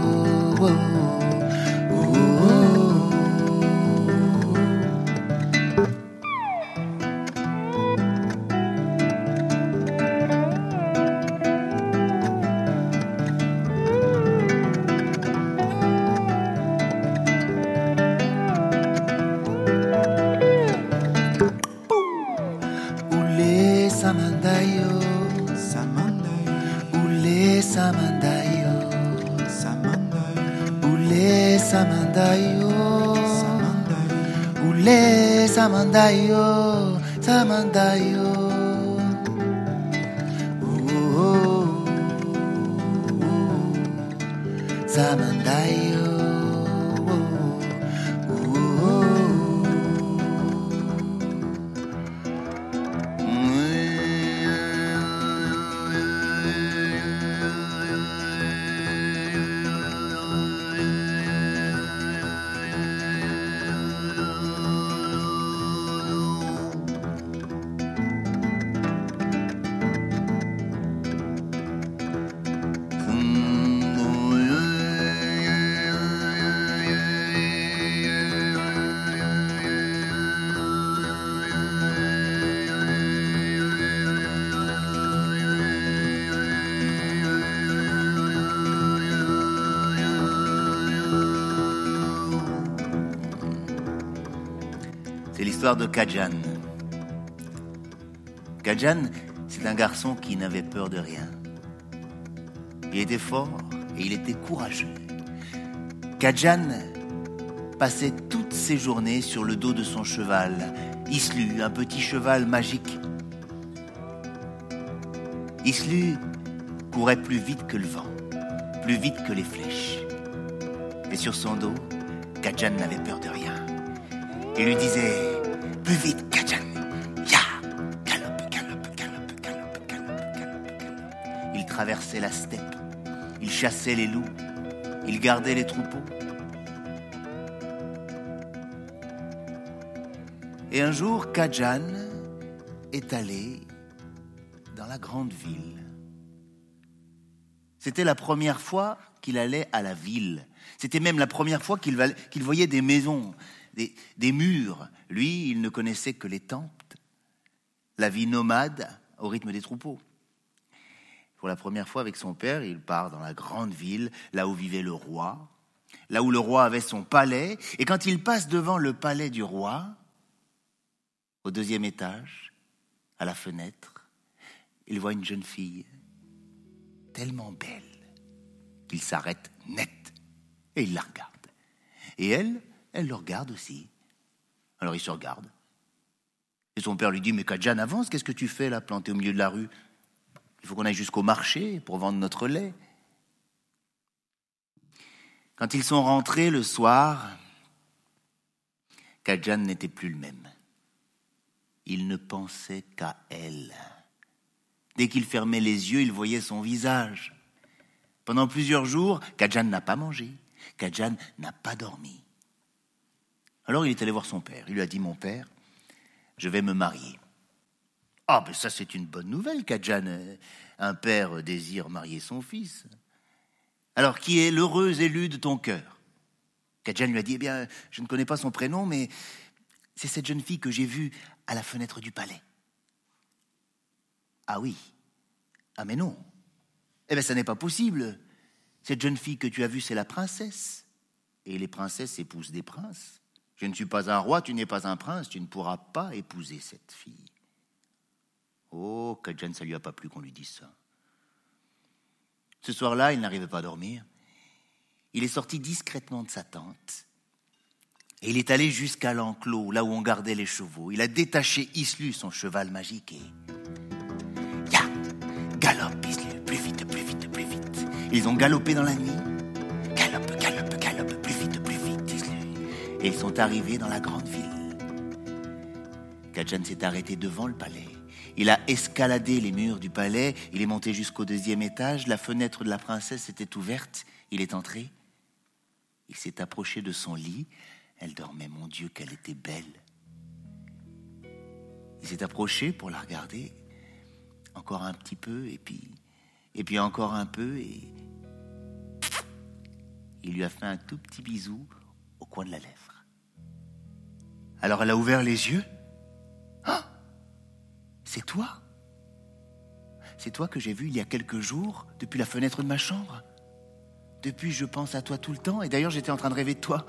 Oulé Samandayo, Oulé Samandayo, Oulé Samandayo, Oulé Samandayo, Samandayo. Samandayo. C'est l'histoire de Kajan. Kajan, c'est un garçon qui n'avait peur de rien. Il était fort et il était courageux. Kajan passait toutes ses journées sur le dos de son cheval, Islu, un petit cheval magique. Islu courait plus vite que le vent, plus vite que les flèches. Et sur son dos, Kajan n'avait peur de rien. Il lui disait « Plus vite, Kajan, ya ! Galope, galope, galope, galope, galope, galope. » Il traversait la steppe, il chassait les loups, il gardait les troupeaux. Et un jour, Kajan est allé dans la grande ville. C'était la première fois qu'il allait à la ville. C'était même la première fois qu'il voyait des maisons, des murs. Lui, il ne connaissait que les temples, la vie nomade au rythme des troupeaux. Pour la première fois avec son père, il part dans la grande ville, là où vivait le roi, là où le roi avait son palais. Et quand il passe devant le palais du roi, au deuxième étage, à la fenêtre, il voit une jeune fille, tellement belle, qu'il s'arrête net et il la regarde. Et elle le regarde aussi. Alors il se regarde. Et son père lui dit « Mais Kajan, avance, qu'est-ce que tu fais là, planté au milieu de la rue ? Il faut qu'on aille jusqu'au marché pour vendre notre lait. » Quand ils sont rentrés le soir, Kajan n'était plus le même. Il ne pensait qu'à elle. Dès qu'il fermait les yeux, il voyait son visage. Pendant plusieurs jours, Kajan n'a pas mangé. Kajan n'a pas dormi. Alors il est allé voir son père. Il lui a dit « Mon père, je vais me marier. » Ah, ben ça c'est une bonne nouvelle, Kajan. Un père désire marier son fils. Alors, qui est l'heureux élu de ton cœur ? Kajan lui a dit « Eh bien, je ne connais pas son prénom, mais c'est cette jeune fille que j'ai vue à la fenêtre du palais. » Ah oui. Ah mais non. Eh bien, ça n'est pas possible. Cette jeune fille que tu as vue, c'est la princesse. Et les princesses épousent des princes. Je ne suis pas un roi, tu n'es pas un prince, tu ne pourras pas épouser cette fille. Oh, Kajan, ça lui a pas plu qu'on lui dise ça. Ce soir-là, il n'arrivait pas à dormir. Il est sorti discrètement de sa tente. Et il est allé jusqu'à l'enclos, là où on gardait les chevaux. Il a détaché Islu, son cheval magique, et... Ya, galope, Islu, plus vite, plus vite, plus vite. Ils ont galopé dans la nuit. Galope, galope, galope, plus vite, Islu. Et ils sont arrivés dans la grande ville. Kajan s'est arrêté devant le palais. Il a escaladé les murs du palais. Il est monté jusqu'au 2e étage. La fenêtre de la princesse était ouverte. Il est entré. Il s'est approché de son lit. Elle dormait, mon Dieu, qu'elle était belle. Il s'est approché pour la regarder. Encore un petit peu, et puis encore un peu, et il lui a fait un tout petit bisou au coin de la lèvre. Alors elle a ouvert les yeux. Ah, c'est toi? C'est toi que j'ai vu il y a quelques jours, depuis la fenêtre de ma chambre. Depuis, je pense à toi tout le temps, et d'ailleurs, j'étais en train de rêver de toi.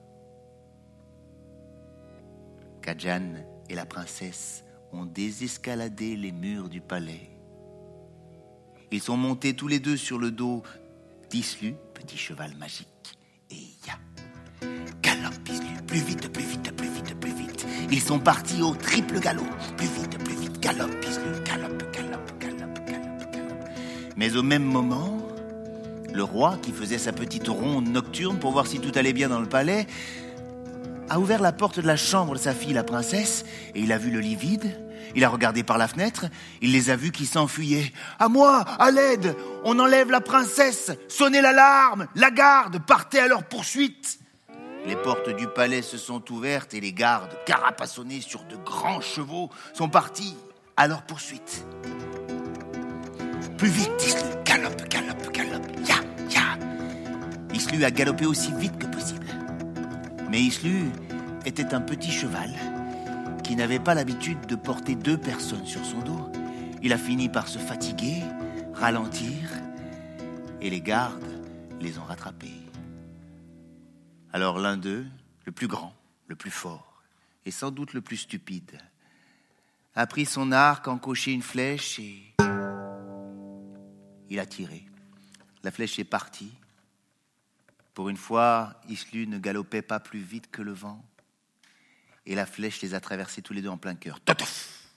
Kajan et la princesse ont désescaladé les murs du palais. Ils sont montés tous les deux sur le dos d'Islu, petit cheval magique. Et ya, galope Islu, plus vite, plus vite, plus vite, plus vite. Ils sont partis au triple galop, plus vite, galope Islu, galope, galope, galope, galope, galope. Mais au même moment, le roi, qui faisait sa petite ronde nocturne pour voir si tout allait bien dans le palais, a ouvert la porte de la chambre de sa fille, la princesse, et il a vu le lit vide. Il a regardé par la fenêtre, il les a vus qui s'enfuyaient. « À moi, à l'aide, on enlève la princesse, sonnez l'alarme, la garde, partez à leur poursuite !» Les portes du palais se sont ouvertes et les gardes, carapassonnés sur de grands chevaux, sont partis à leur poursuite. Plus vite, Islu, galope, galope, galope, ya, ya. Islu a galopé aussi vite que possible. Mais Islu était un petit cheval qui n'avait pas l'habitude de porter 2 personnes sur son dos. Il a fini par se fatiguer, ralentir, et les gardes les ont rattrapés. Alors l'un d'eux, le plus grand, le plus fort, et sans doute le plus stupide, a pris son arc, encoché une flèche et il a tiré. La flèche est partie. Pour une fois, Islu ne galopait pas plus vite que le vent. Et la flèche les a traversés tous les deux en plein cœur. Totof!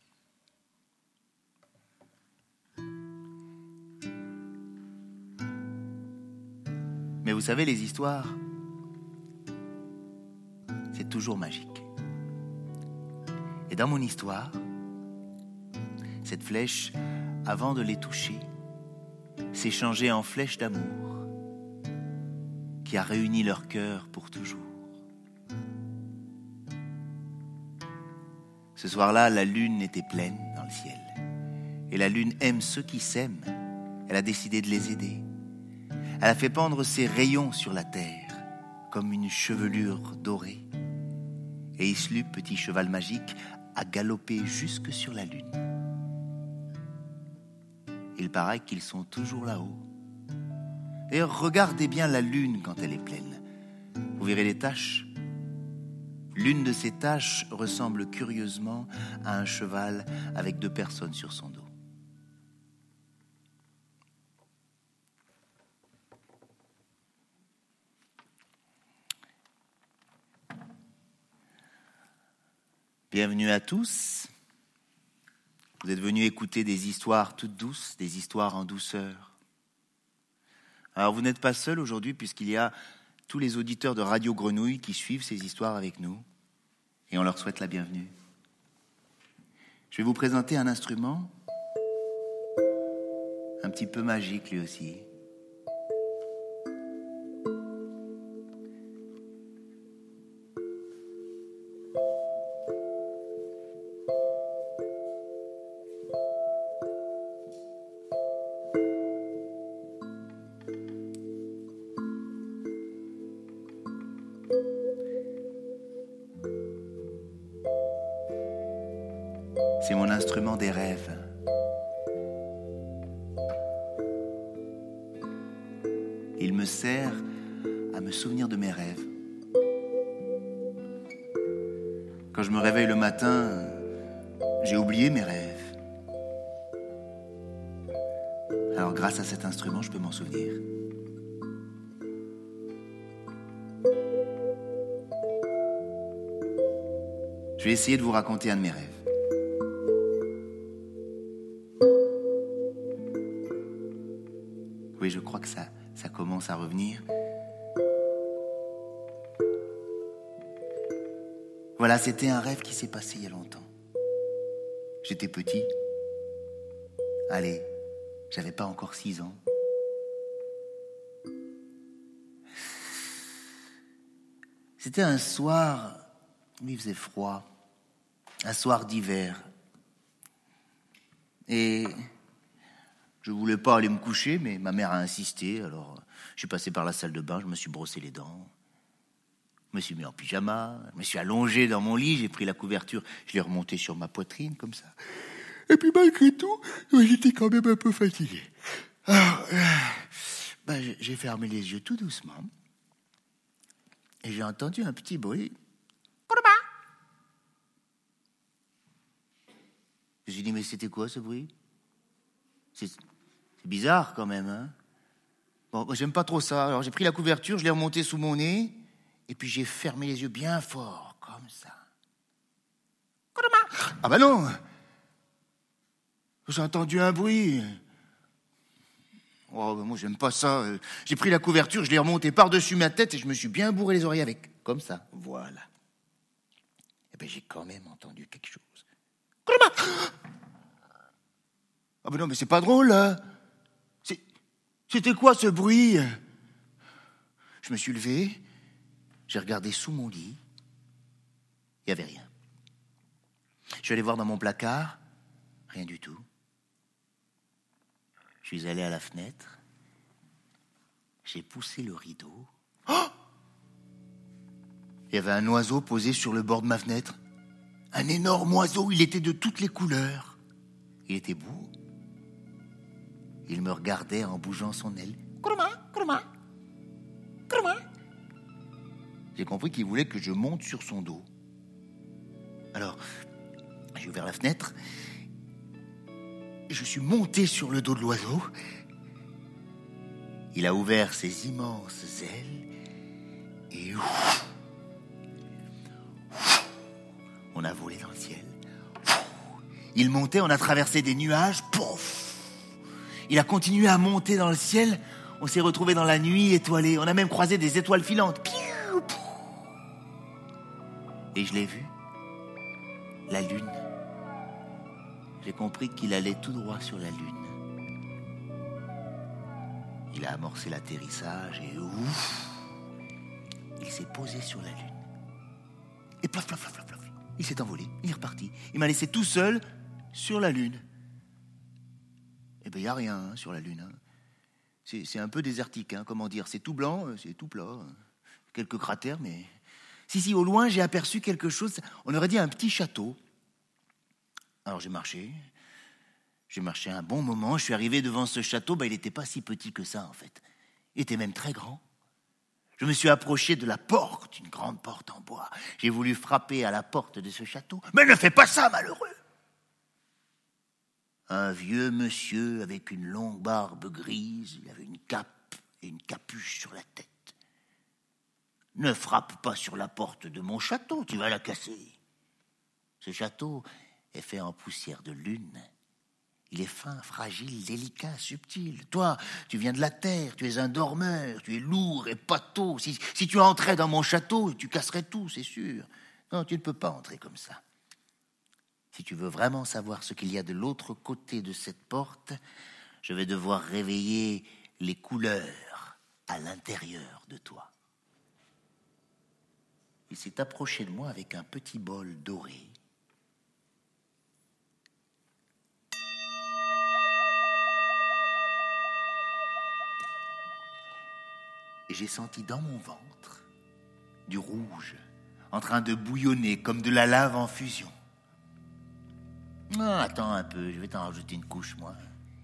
Mais vous savez, les histoires, c'est toujours magique. Et dans mon histoire, cette flèche, avant de les toucher, s'est changée en flèche d'amour qui a réuni leur cœur pour toujours. Ce soir-là, la lune était pleine dans le ciel. Et la lune aime ceux qui s'aiment. Elle a décidé de les aider. Elle a fait pendre ses rayons sur la terre, comme une chevelure dorée. Et Islu, petit cheval magique, a galopé jusque sur la lune. Il paraît qu'ils sont toujours là-haut. D'ailleurs, regardez bien la lune quand elle est pleine. Vous verrez les taches. L'une de ces taches ressemble curieusement à un cheval avec 2 personnes sur son dos. Bienvenue à tous. Vous êtes venus écouter des histoires toutes douces, des histoires en douceur. Alors vous n'êtes pas seuls aujourd'hui puisqu'il y a tous les auditeurs de Radio Grenouille qui suivent ces histoires avec nous et on leur souhaite la bienvenue. Je vais vous présenter un instrument un petit peu magique lui aussi. C'est mon instrument des rêves. Il me sert à me souvenir de mes rêves. Quand je me réveille le matin, j'ai oublié mes rêves. Alors grâce à cet instrument, je peux m'en souvenir. Je vais essayer de vous raconter un de mes rêves. Oui, je crois que ça commence à revenir. Voilà, c'était un rêve qui s'est passé il y a longtemps. J'étais petit. Allez, j'avais pas encore 6 ans. C'était un soir où il faisait froid. Un soir d'hiver. Et je voulais pas aller me coucher, mais ma mère a insisté. Alors, je suis passé par la salle de bain, je me suis brossé les dents. Je me suis mis en pyjama, je me suis allongé dans mon lit, j'ai pris la couverture, je l'ai remonté sur ma poitrine, comme ça. Et puis, malgré tout, j'étais quand même un peu fatigué. Alors, j'ai fermé les yeux tout doucement. Et j'ai entendu un petit bruit. Je me suis dit, mais c'était quoi ce bruit? C'est bizarre quand même, hein? Bon, moi, j'aime pas trop ça. Alors j'ai pris la couverture, je l'ai remontée sous mon nez, et puis j'ai fermé les yeux bien fort, comme ça. Ah bah non! J'ai entendu un bruit. Oh, moi, j'aime pas ça. J'ai pris la couverture, je l'ai remontée par-dessus ma tête, et je me suis bien bourré les oreilles avec. Comme ça, voilà. Et ben j'ai quand même entendu quelque chose. Ah ben non, mais c'est pas drôle, là. C'était quoi ce bruit? Je me suis levé, j'ai regardé sous mon lit, il n'y avait rien. Je suis allé voir dans mon placard, rien du tout. Je suis allé à la fenêtre, j'ai poussé le rideau. Oh! Il y avait un oiseau posé sur le bord de ma fenêtre. Un énorme oiseau, il était de toutes les couleurs. Il était beau. Il me regardait en bougeant son aile. J'ai compris qu'il voulait que je monte sur son dos. Alors, j'ai ouvert la fenêtre. Je suis monté sur le dos de l'oiseau. Il a ouvert ses immenses ailes. Et on a volé dans le ciel. Il montait, on a traversé des nuages. Pouf! Il a continué à monter dans le ciel. On s'est retrouvés dans la nuit étoilée. On a même croisé des étoiles filantes. Et je l'ai vu. La lune. J'ai compris qu'il allait tout droit sur la lune. Il a amorcé l'atterrissage et ouf! Il s'est posé sur la lune. Et plaf, plaf, plaf, plaf, plaf. Il s'est envolé, il est reparti. Il m'a laissé tout seul sur la lune. Eh bien, il n'y a rien hein, sur la lune. Hein. C'est un peu désertique, hein, comment dire. C'est tout blanc, c'est tout plat. Quelques cratères, mais... Si, au loin, j'ai aperçu quelque chose. On aurait dit un petit château. Alors, j'ai marché un bon moment. Je suis arrivé devant ce château. Il n'était pas si petit que ça, en fait. Il était même très grand. Je me suis approché de la porte, une grande porte en bois. J'ai voulu frapper à la porte de ce château. Mais ne fais pas ça, malheureux! Un vieux monsieur avec une longue barbe grise, il avait une cape et une capuche sur la tête. Ne frappe pas sur la porte de mon château, tu vas la casser. Ce château est fait en poussière de lune. Il est fin, fragile, délicat, subtil. Toi, tu viens de la terre, tu es un dormeur, tu es lourd et pâteau. Si tu entrais dans mon château, tu casserais tout, c'est sûr. Non, tu ne peux pas entrer comme ça. Si tu veux vraiment savoir ce qu'il y a de l'autre côté de cette porte, je vais devoir réveiller les couleurs à l'intérieur de toi. Il s'est approché de moi avec un petit bol doré. Et j'ai senti dans mon ventre du rouge en train de bouillonner comme de la lave en fusion. Ah, attends un peu, je vais t'en rajouter une couche, moi.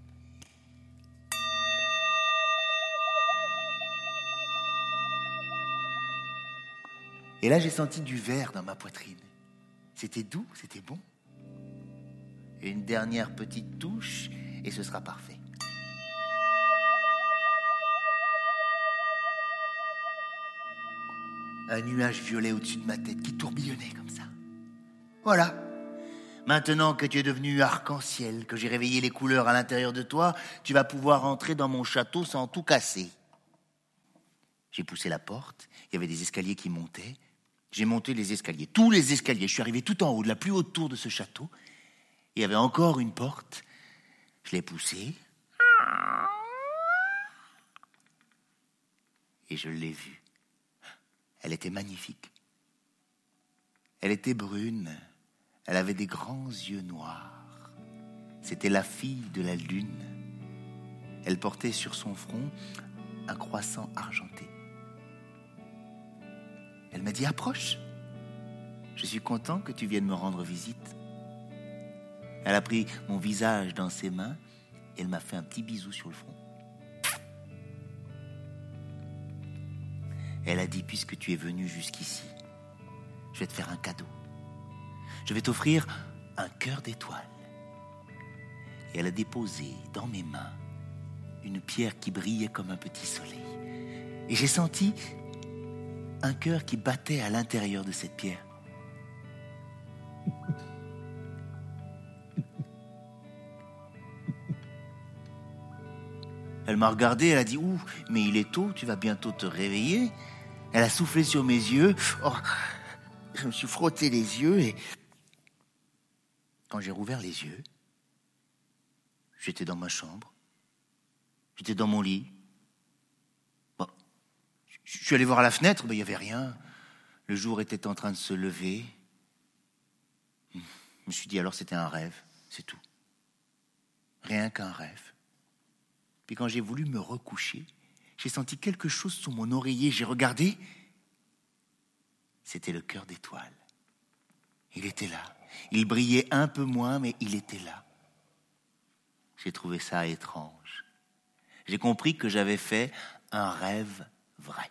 Et là, j'ai senti du vert dans ma poitrine. C'était doux, c'était bon. Et une dernière petite touche, et ce sera parfait. Un nuage violet au-dessus de ma tête qui tourbillonnait comme ça. Voilà. Maintenant que tu es devenu arc-en-ciel, que j'ai réveillé les couleurs à l'intérieur de toi, tu vas pouvoir entrer dans mon château sans tout casser. J'ai poussé la porte, il y avait des escaliers qui montaient. J'ai monté les escaliers, tous les escaliers. Je suis arrivé tout en haut, de la plus haute tour de ce château. Il y avait encore une porte. Je l'ai poussée. Et je l'ai vue. Elle était magnifique. Elle était brune. Elle avait des grands yeux noirs. C'était la fille de la lune. Elle portait sur son front un croissant argenté. Elle m'a dit « Approche. Je suis content que tu viennes me rendre visite. » Elle a pris mon visage dans ses mains et elle m'a fait un petit bisou sur le front. Elle a dit « Puisque tu es venu jusqu'ici, je vais te faire un cadeau. Je vais t'offrir un cœur d'étoile. » Et elle a déposé dans mes mains une pierre qui brillait comme un petit soleil. Et j'ai senti un cœur qui battait à l'intérieur de cette pierre. Elle m'a regardé, elle a dit « Ouh, mais il est tôt, tu vas bientôt te réveiller. » Elle a soufflé sur mes yeux. Oh, je me suis frotté les yeux et quand j'ai rouvert les yeux, j'étais dans ma chambre. J'étais dans mon lit. Bon, je suis allé voir à la fenêtre, mais il n'y avait rien. Le jour était en train de se lever. Je me suis dit alors c'était un rêve, c'est tout. Rien qu'un rêve. Puis quand j'ai voulu me recoucher, j'ai senti quelque chose sous mon oreiller. J'ai regardé. C'était le cœur d'étoile. Il était là. Il brillait un peu moins, mais il était là. J'ai trouvé ça étrange. J'ai compris que j'avais fait un rêve vrai.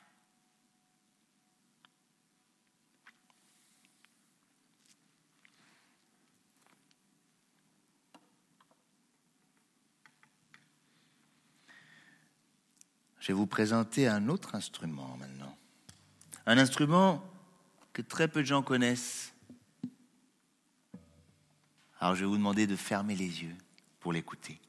Je vais vous présenter un autre instrument maintenant. Un instrument que très peu de gens connaissent. Alors je vais vous demander de fermer les yeux pour l'écouter.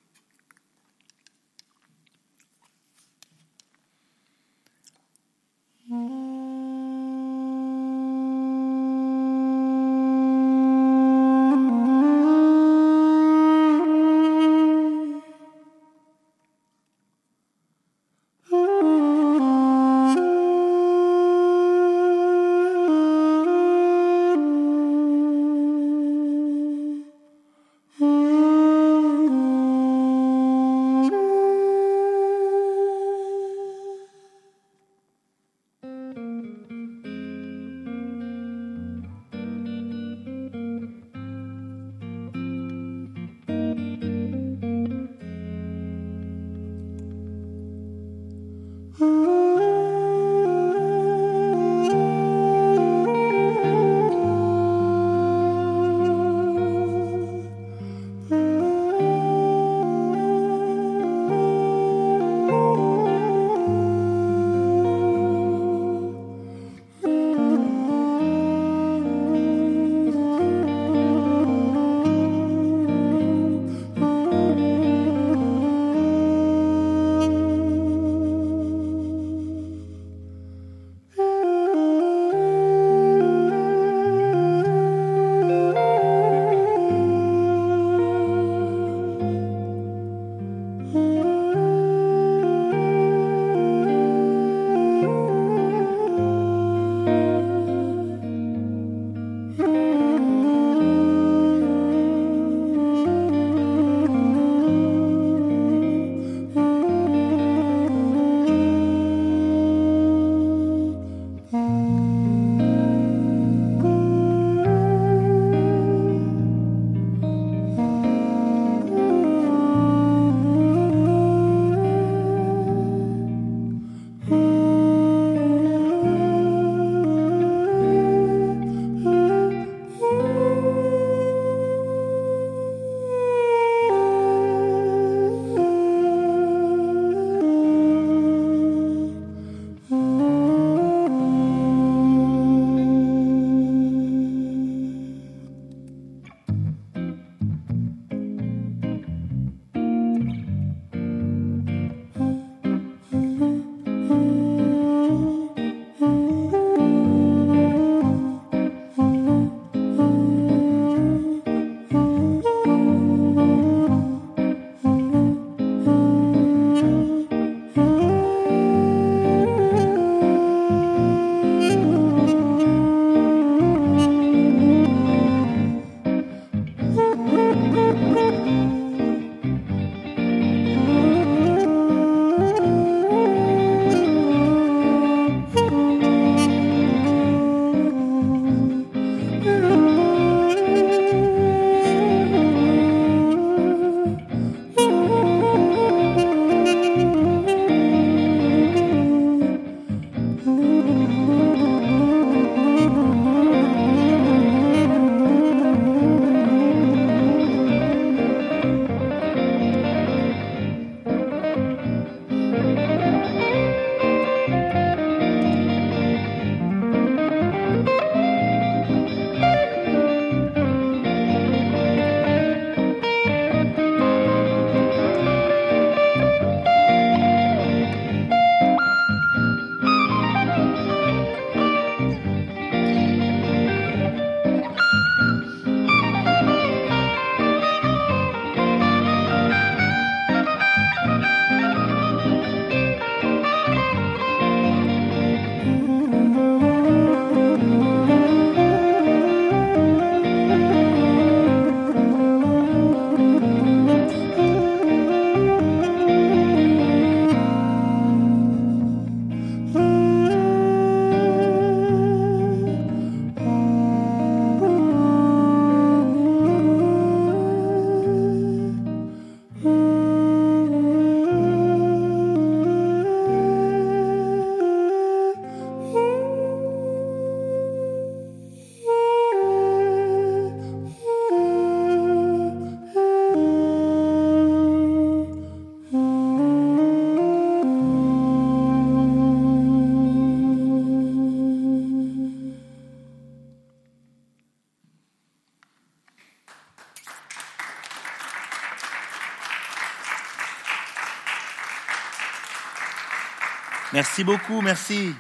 Merci beaucoup, merci.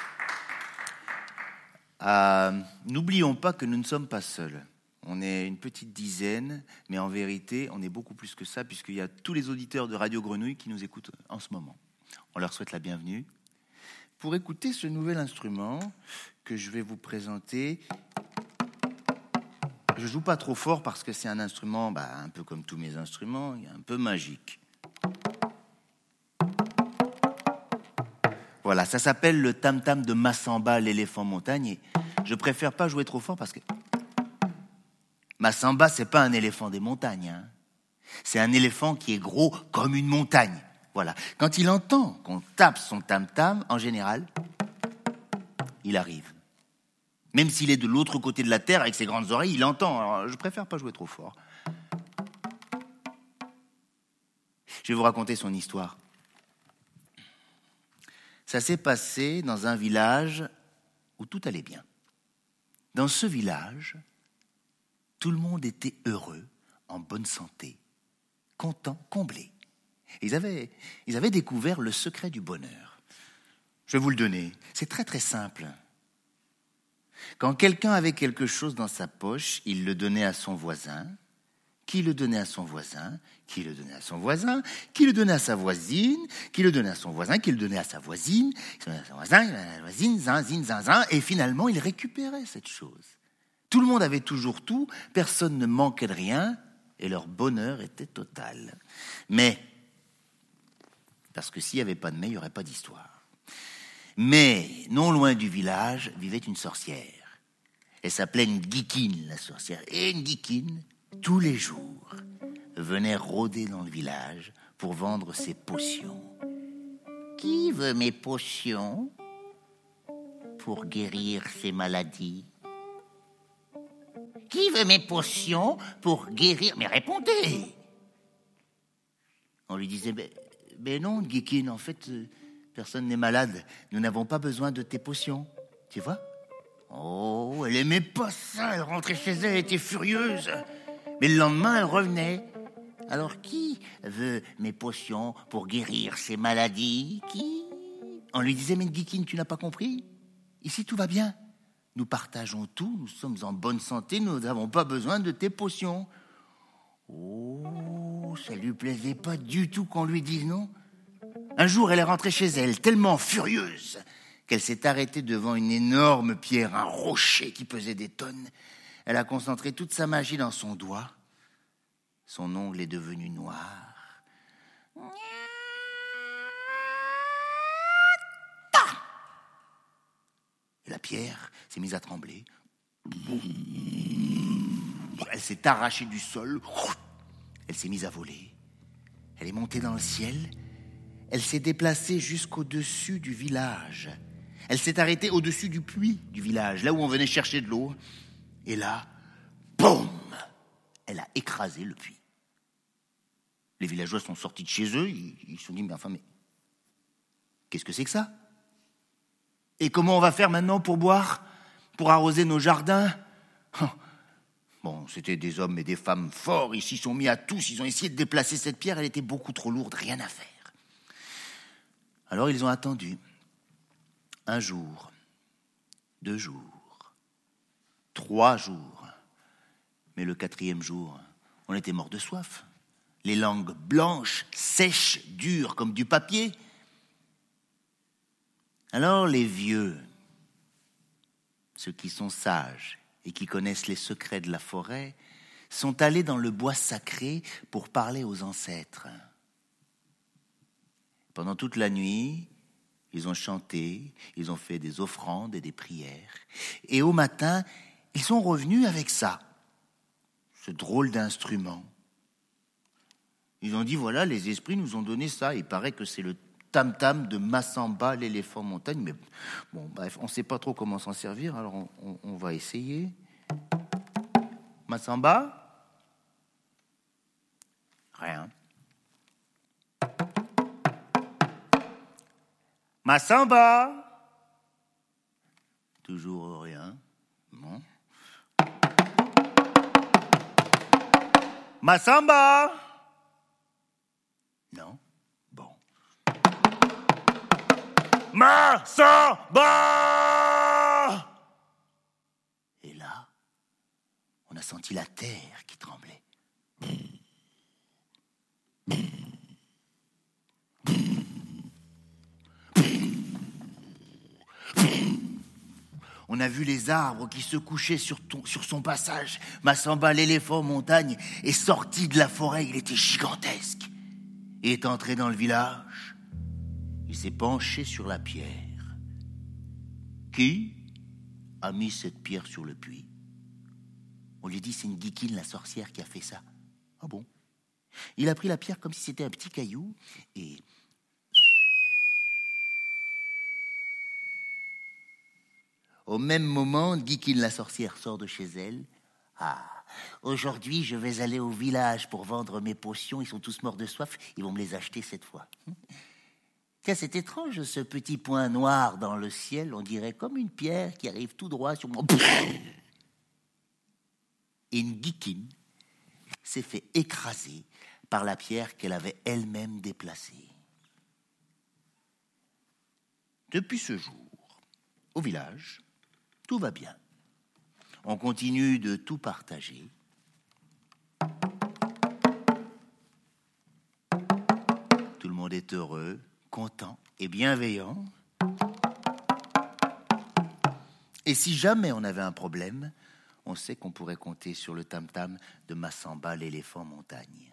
N'oublions pas que nous ne sommes pas seuls. On est une petite dizaine, mais en vérité, on est beaucoup plus que ça, puisqu'il y a tous les auditeurs de Radio Grenouille qui nous écoutent en ce moment. On leur souhaite la bienvenue. Pour écouter ce nouvel instrument que je vais vous présenter, je joue pas trop fort parce que c'est un instrument, un peu comme tous mes instruments, un peu magique. Voilà, ça s'appelle le tam-tam de Massamba, l'éléphant montagne. Et je préfère pas jouer trop fort parce que Massamba, c'est pas un éléphant des montagnes. Hein. C'est un éléphant qui est gros comme une montagne. Voilà. Quand il entend qu'on tape son tam-tam, en général, il arrive. Même s'il est de l'autre côté de la terre avec ses grandes oreilles, il entend. Alors, je préfère pas jouer trop fort. Je vais vous raconter son histoire. Ça s'est passé dans un village où tout allait bien. Dans ce village, tout le monde était heureux, en bonne santé, content, comblé. Ils avaient découvert le secret du bonheur. Je vais vous le donner. C'est très très simple. Quand quelqu'un avait quelque chose dans sa poche, il le donnait à son voisin, qui le donnait à son voisin, qui le donnait à son voisin, qui le donnait à sa voisine, qui le donnait à son voisin, qui le donnait à sa voisine, qui le donnait à son voisin, qui le donnait à sa voisine, zin, zin, zin, et finalement il récupérait cette chose. Tout le monde avait toujours tout, personne ne manquait de rien, et leur bonheur était total. Mais, parce que s'il n'y avait pas de mais, il n'y aurait pas d'histoire. Mais, non loin du village, vivait une sorcière. Elle s'appelait Ngikine, la sorcière. Et Ngikine, tous les jours, venait rôder dans le village pour vendre ses potions. Qui veut mes potions pour guérir ses maladies? Qui veut mes potions pour guérir? Mais répondez! On lui disait, mais non, Ngikine, en fait, personne n'est malade. Nous n'avons pas besoin de tes potions. Tu vois? Oh, elle aimait pas ça. Elle rentrait chez elle, elle était furieuse. Mais le lendemain, elle revenait. Alors, qui veut mes potions pour guérir ses maladies? Qui? On lui disait, mais Ngikine, tu n'as pas compris? Ici, tout va bien. Nous partageons tout, nous sommes en bonne santé, nous n'avons pas besoin de tes potions. Oh, ça lui plaisait pas du tout qu'on lui dise non. Un jour, elle est rentrée chez elle, tellement furieuse qu'elle s'est arrêtée devant une énorme pierre, un rocher qui pesait des tonnes. Elle a concentré toute sa magie dans son doigt. Son ongle est devenu noir. Et la pierre s'est mise à trembler. Elle s'est arrachée du sol. Elle s'est mise à voler. Elle est montée dans le ciel. Elle s'est déplacée jusqu'au-dessus du village. Elle s'est arrêtée au-dessus du puits du village, là où on venait chercher de l'eau. Et là, boum! Elle a écrasé le puits. Les villageois sont sortis de chez eux. Ils se sont dit, mais qu'est-ce que c'est que ça? Et comment on va faire maintenant pour boire? Pour arroser nos jardins? Bon, c'était des hommes et des femmes forts. Ils s'y sont mis à tous. Ils ont essayé de déplacer cette pierre. Elle était beaucoup trop lourde. Rien à faire. Alors, ils ont attendu. 1 jour. 2 jours. 3 jours. Mais le 4e jour, on était morts de soif. Les langues blanches, sèches, dures comme du papier. Alors les vieux, ceux qui sont sages et qui connaissent les secrets de la forêt, sont allés dans le bois sacré pour parler aux ancêtres. Pendant toute la nuit, ils ont chanté, ils ont fait des offrandes et des prières. Et au matin, ils sont revenus avec ça, ce drôle d'instrument. Ils ont dit, voilà, les esprits nous ont donné ça. Il paraît que c'est le tam-tam de Massamba, l'éléphant montagne. Mais bon, bref, on ne sait pas trop comment s'en servir, alors on va essayer. Massamba? Rien. Massamba? Toujours rien. Bon. Massamba? Non. Bon. Massamba! Et là, on a senti la terre qui tremblait. On a vu les arbres qui se couchaient sur son passage. Massamba, l'éléphant montagne, est sorti de la forêt. Il était gigantesque. Il est entré dans le village. Il s'est penché sur la pierre. Qui a mis cette pierre sur le puits? On lui dit, c'est une Guikine, la sorcière, qui a fait ça. Ah bon? Il a pris la pierre comme si c'était un petit caillou et... Au même moment, Guikine, la sorcière, sort de chez elle. Ah, aujourd'hui, je vais aller au village pour vendre mes potions. Ils sont tous morts de soif. Ils vont me les acheter cette fois. Tiens, c'est étrange, ce petit point noir dans le ciel. On dirait comme une pierre qui arrive tout droit sur mon... Et une Guikine s'est fait écraser par la pierre qu'elle avait elle-même déplacée. Depuis ce jour, au village, tout va bien. On continue de tout partager. Tout le monde est heureux, content et bienveillant. Et si jamais on avait un problème, on sait qu'on pourrait compter sur le tam-tam de Massamba, l'éléphant montagne.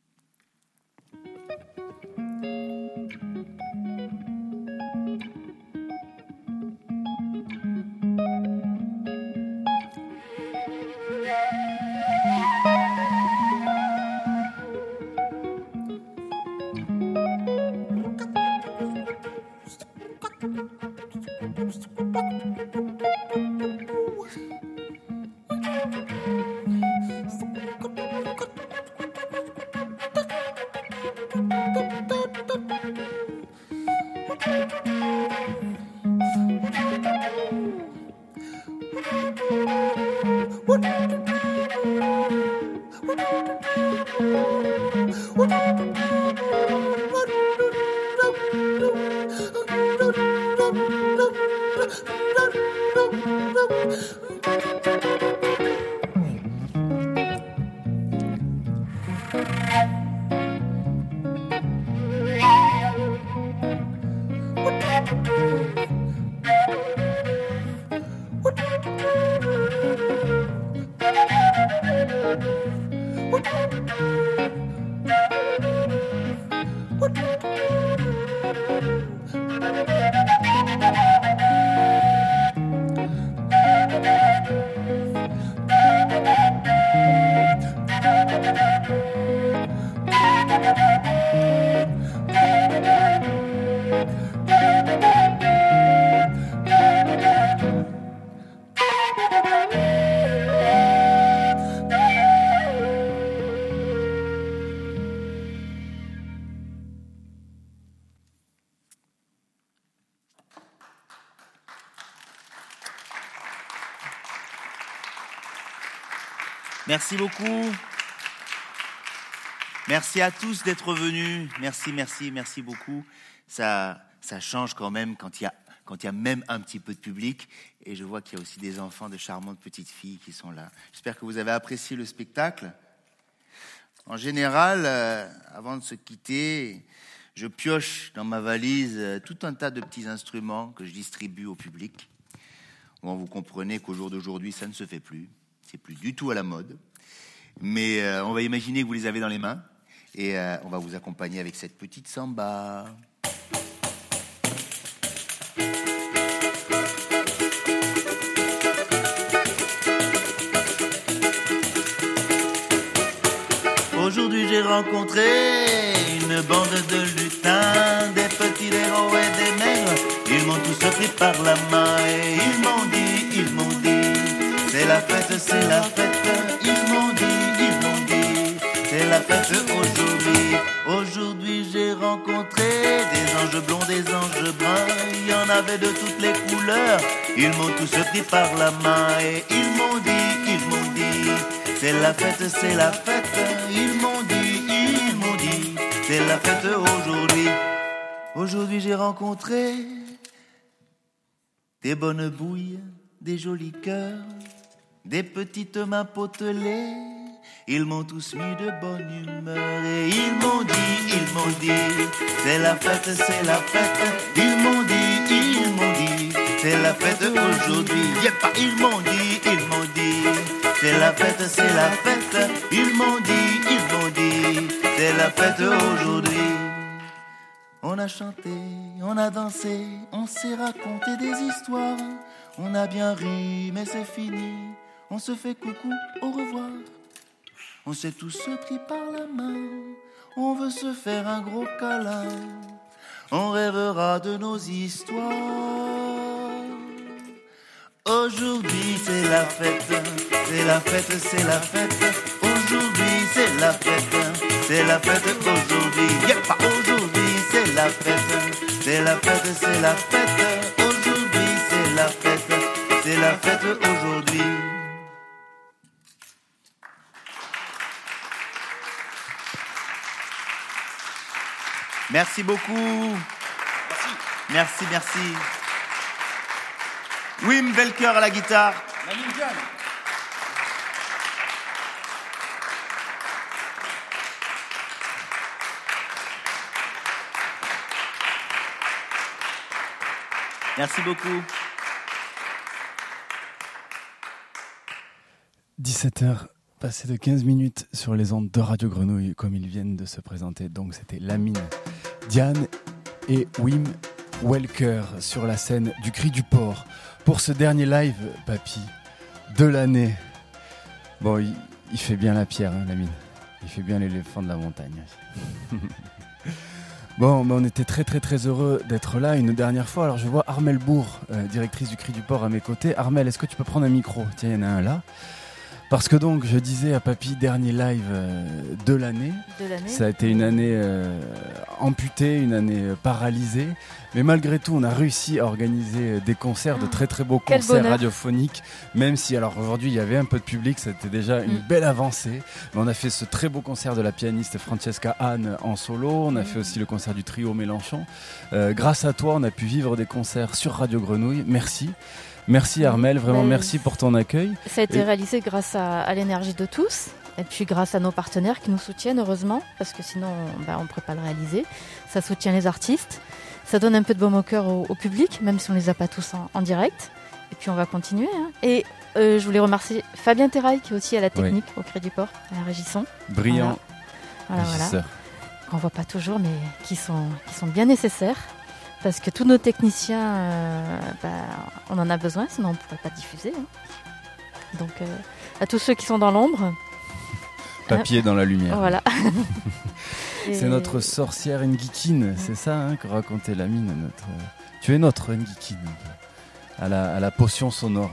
Merci beaucoup. Merci à tous d'être venus. Merci beaucoup. Ça change quand même quand il y a même un petit peu de public. Et je vois qu'il y a aussi des enfants, de charmantes petites filles qui sont là. J'espère que vous avez apprécié le spectacle. En général, avant de se quitter, je pioche dans ma valise tout un tas de petits instruments que je distribue au public. Bon, vous comprenez qu'au jour d'aujourd'hui, ça ne se fait plus. C'est plus du tout à la mode. Mais on va imaginer que vous les avez dans les mains. Et on va vous accompagner avec cette petite samba. Aujourd'hui j'ai rencontré une bande de lutins, des petits héros et des nègres. Ils m'ont tous pris par la main et ils m'ont dit, c'est la fête, c'est la fête. Ils m'ont dit, c'est la fête aujourd'hui. Aujourd'hui j'ai rencontré des anges blonds, des anges bruns. Il y en avait de toutes les couleurs. Ils m'ont tous pris par la main et ils m'ont dit, c'est la fête, c'est la fête. Ils m'ont dit, c'est la fête aujourd'hui. Aujourd'hui j'ai rencontré des bonnes bouilles, des jolis cœurs, des petites mains potelées. Ils m'ont tous mis de bonne humeur et ils m'ont dit, c'est la fête, c'est la fête. Ils m'ont dit, c'est la fête aujourd'hui. Ils m'ont dit, c'est la fête, c'est la fête. Ils m'ont dit, c'est la fête aujourd'hui. On a chanté, on a dansé, on s'est raconté des histoires. On a bien ri, mais c'est fini. On se fait coucou, au revoir. On s'est tous pris par la main. On veut se faire un gros câlin. On rêvera de nos histoires. Aujourd'hui c'est la fête, c'est la fête, c'est la fête. Aujourd'hui c'est la fête, c'est la fête aujourd'hui. Aujourd'hui c'est la fête, c'est la fête, c'est la fête. Aujourd'hui c'est la fête, c'est la fête aujourd'hui. Merci beaucoup. Merci. Wim Welker à la guitare. Merci beaucoup. 17h, passé de 15 minutes sur les ondes de Radio Grenouille, comme ils viennent de se présenter. Donc c'était Lamine, Diane et Wim Welker sur la scène du Cri du Port. Pour ce dernier live, papy, de l'année. Bon, il fait bien la pierre, hein, Lamine. Il fait bien l'éléphant de la montagne. Bon, on était très heureux d'être là une dernière fois. Alors je vois Armelle Bourg, directrice du Cri du Port à mes côtés. Armelle, est-ce que tu peux prendre un micro ? Tiens, il y en a un là. Parce que donc, je disais à papy, dernier live de l'année. Ça a été une année amputée, une année paralysée. Mais malgré tout, on a réussi à organiser des concerts, de très beaux concerts radiophoniques. Même si, alors aujourd'hui, il y avait un peu de public, c'était déjà une belle avancée. Mais on a fait ce très beau concert de la pianiste Francesca Hahn en solo. On a fait aussi le concert du trio Mélenchon. Grâce à toi, on a pu vivre des concerts sur Radio Grenouille. Merci. Merci Armelle, vraiment merci pour ton accueil. Ça a été réalisé grâce à l'énergie de tous et puis grâce à nos partenaires qui nous soutiennent heureusement parce que sinon on ne pourrait pas le réaliser. Ça soutient les artistes, ça donne un peu de baume au cœur au public même si on ne les a pas tous en direct. Et puis on va continuer. Hein. Et je voulais remercier Fabien Terrail qui est aussi à la technique au Cri du Port, à la régie son. Brillant régisseur. Qu'on ne voit pas toujours mais qui sont bien nécessaires. Parce que tous nos techniciens, on en a besoin, sinon on ne pourrait pas diffuser. Hein. Donc, à tous ceux qui sont dans l'ombre. Papier dans la lumière. Voilà. C'est notre sorcière Ngikine, c'est ça hein, que racontait Lamine. Tu es notre Ngikine, à la potion sonore.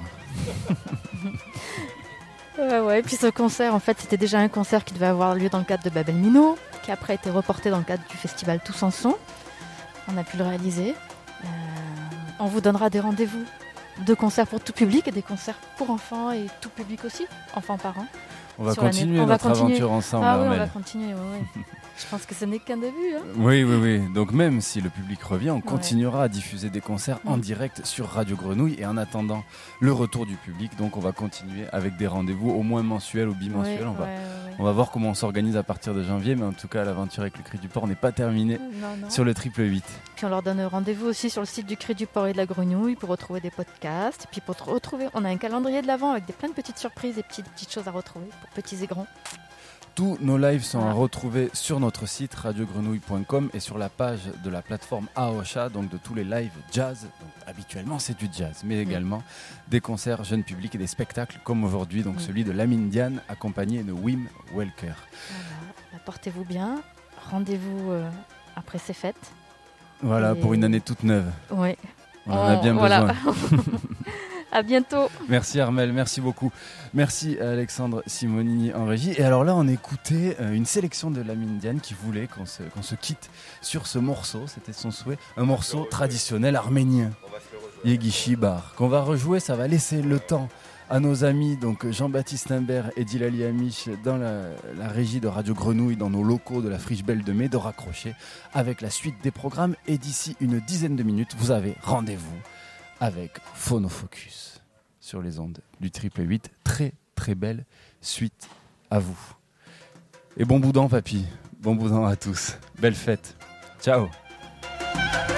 Et puis ce concert, en fait, c'était déjà un concert qui devait avoir lieu dans le cadre de Babel Minot, qui après a été reporté dans le cadre du festival Tous en Son. On a pu le réaliser. On vous donnera des rendez-vous de concerts pour tout public et des concerts pour enfants et tout public aussi, enfants-parents. On va continuer notre aventure ensemble. Ah oui, on va continuer. Ouais. Je pense que ce n'est qu'un début. Hein. Oui. Donc même si le public revient, on continuera à diffuser des concerts en direct sur Radio Grenouille. Et en attendant le retour du public, donc on va continuer avec des rendez-vous au moins mensuels ou bimensuels. On va voir comment on s'organise à partir de janvier. Mais en tout cas, l'aventure avec le Cri du Port n'est pas terminée sur le 888. Puis on leur donne rendez-vous aussi sur le site du Cri du Port et de la Grenouille pour retrouver des podcasts. Et puis pour retrouver, on a un calendrier de l'Avent avec plein de petites surprises et petites choses à retrouver pour petits et grands. Tous nos lives sont à retrouver sur notre site radiogrenouille.com et sur la page de la plateforme Aosha, donc de tous les lives jazz. Donc, habituellement, c'est du jazz, mais également des concerts jeunes publics et des spectacles comme aujourd'hui, donc celui de Lamine Diane accompagné de Wim Welker. Voilà. Portez-vous bien, rendez-vous après ces fêtes. Voilà, pour une année toute neuve. Oui. On en a bien besoin. À bientôt. Merci Armelle, merci beaucoup. Merci à Alexandre Simonini en régie. Et alors là, on écoutait une sélection de Lamine Diane qui voulait qu'on se quitte sur ce morceau. C'était son souhait. Un morceau traditionnel arménien. Yegishi Bar. Qu'on va rejouer, ça va laisser le temps à nos amis, donc Jean-Baptiste Imbert et Dilali Amish dans la régie de Radio Grenouille, dans nos locaux de la Friche Belle de Mai, de raccrocher avec la suite des programmes. Et d'ici une dizaine de minutes, vous avez rendez-vous avec Phonofocus sur les ondes du 888. Très très belle suite à vous. Et bon boudin papy, bon boudin à tous. Belle fête. Ciao.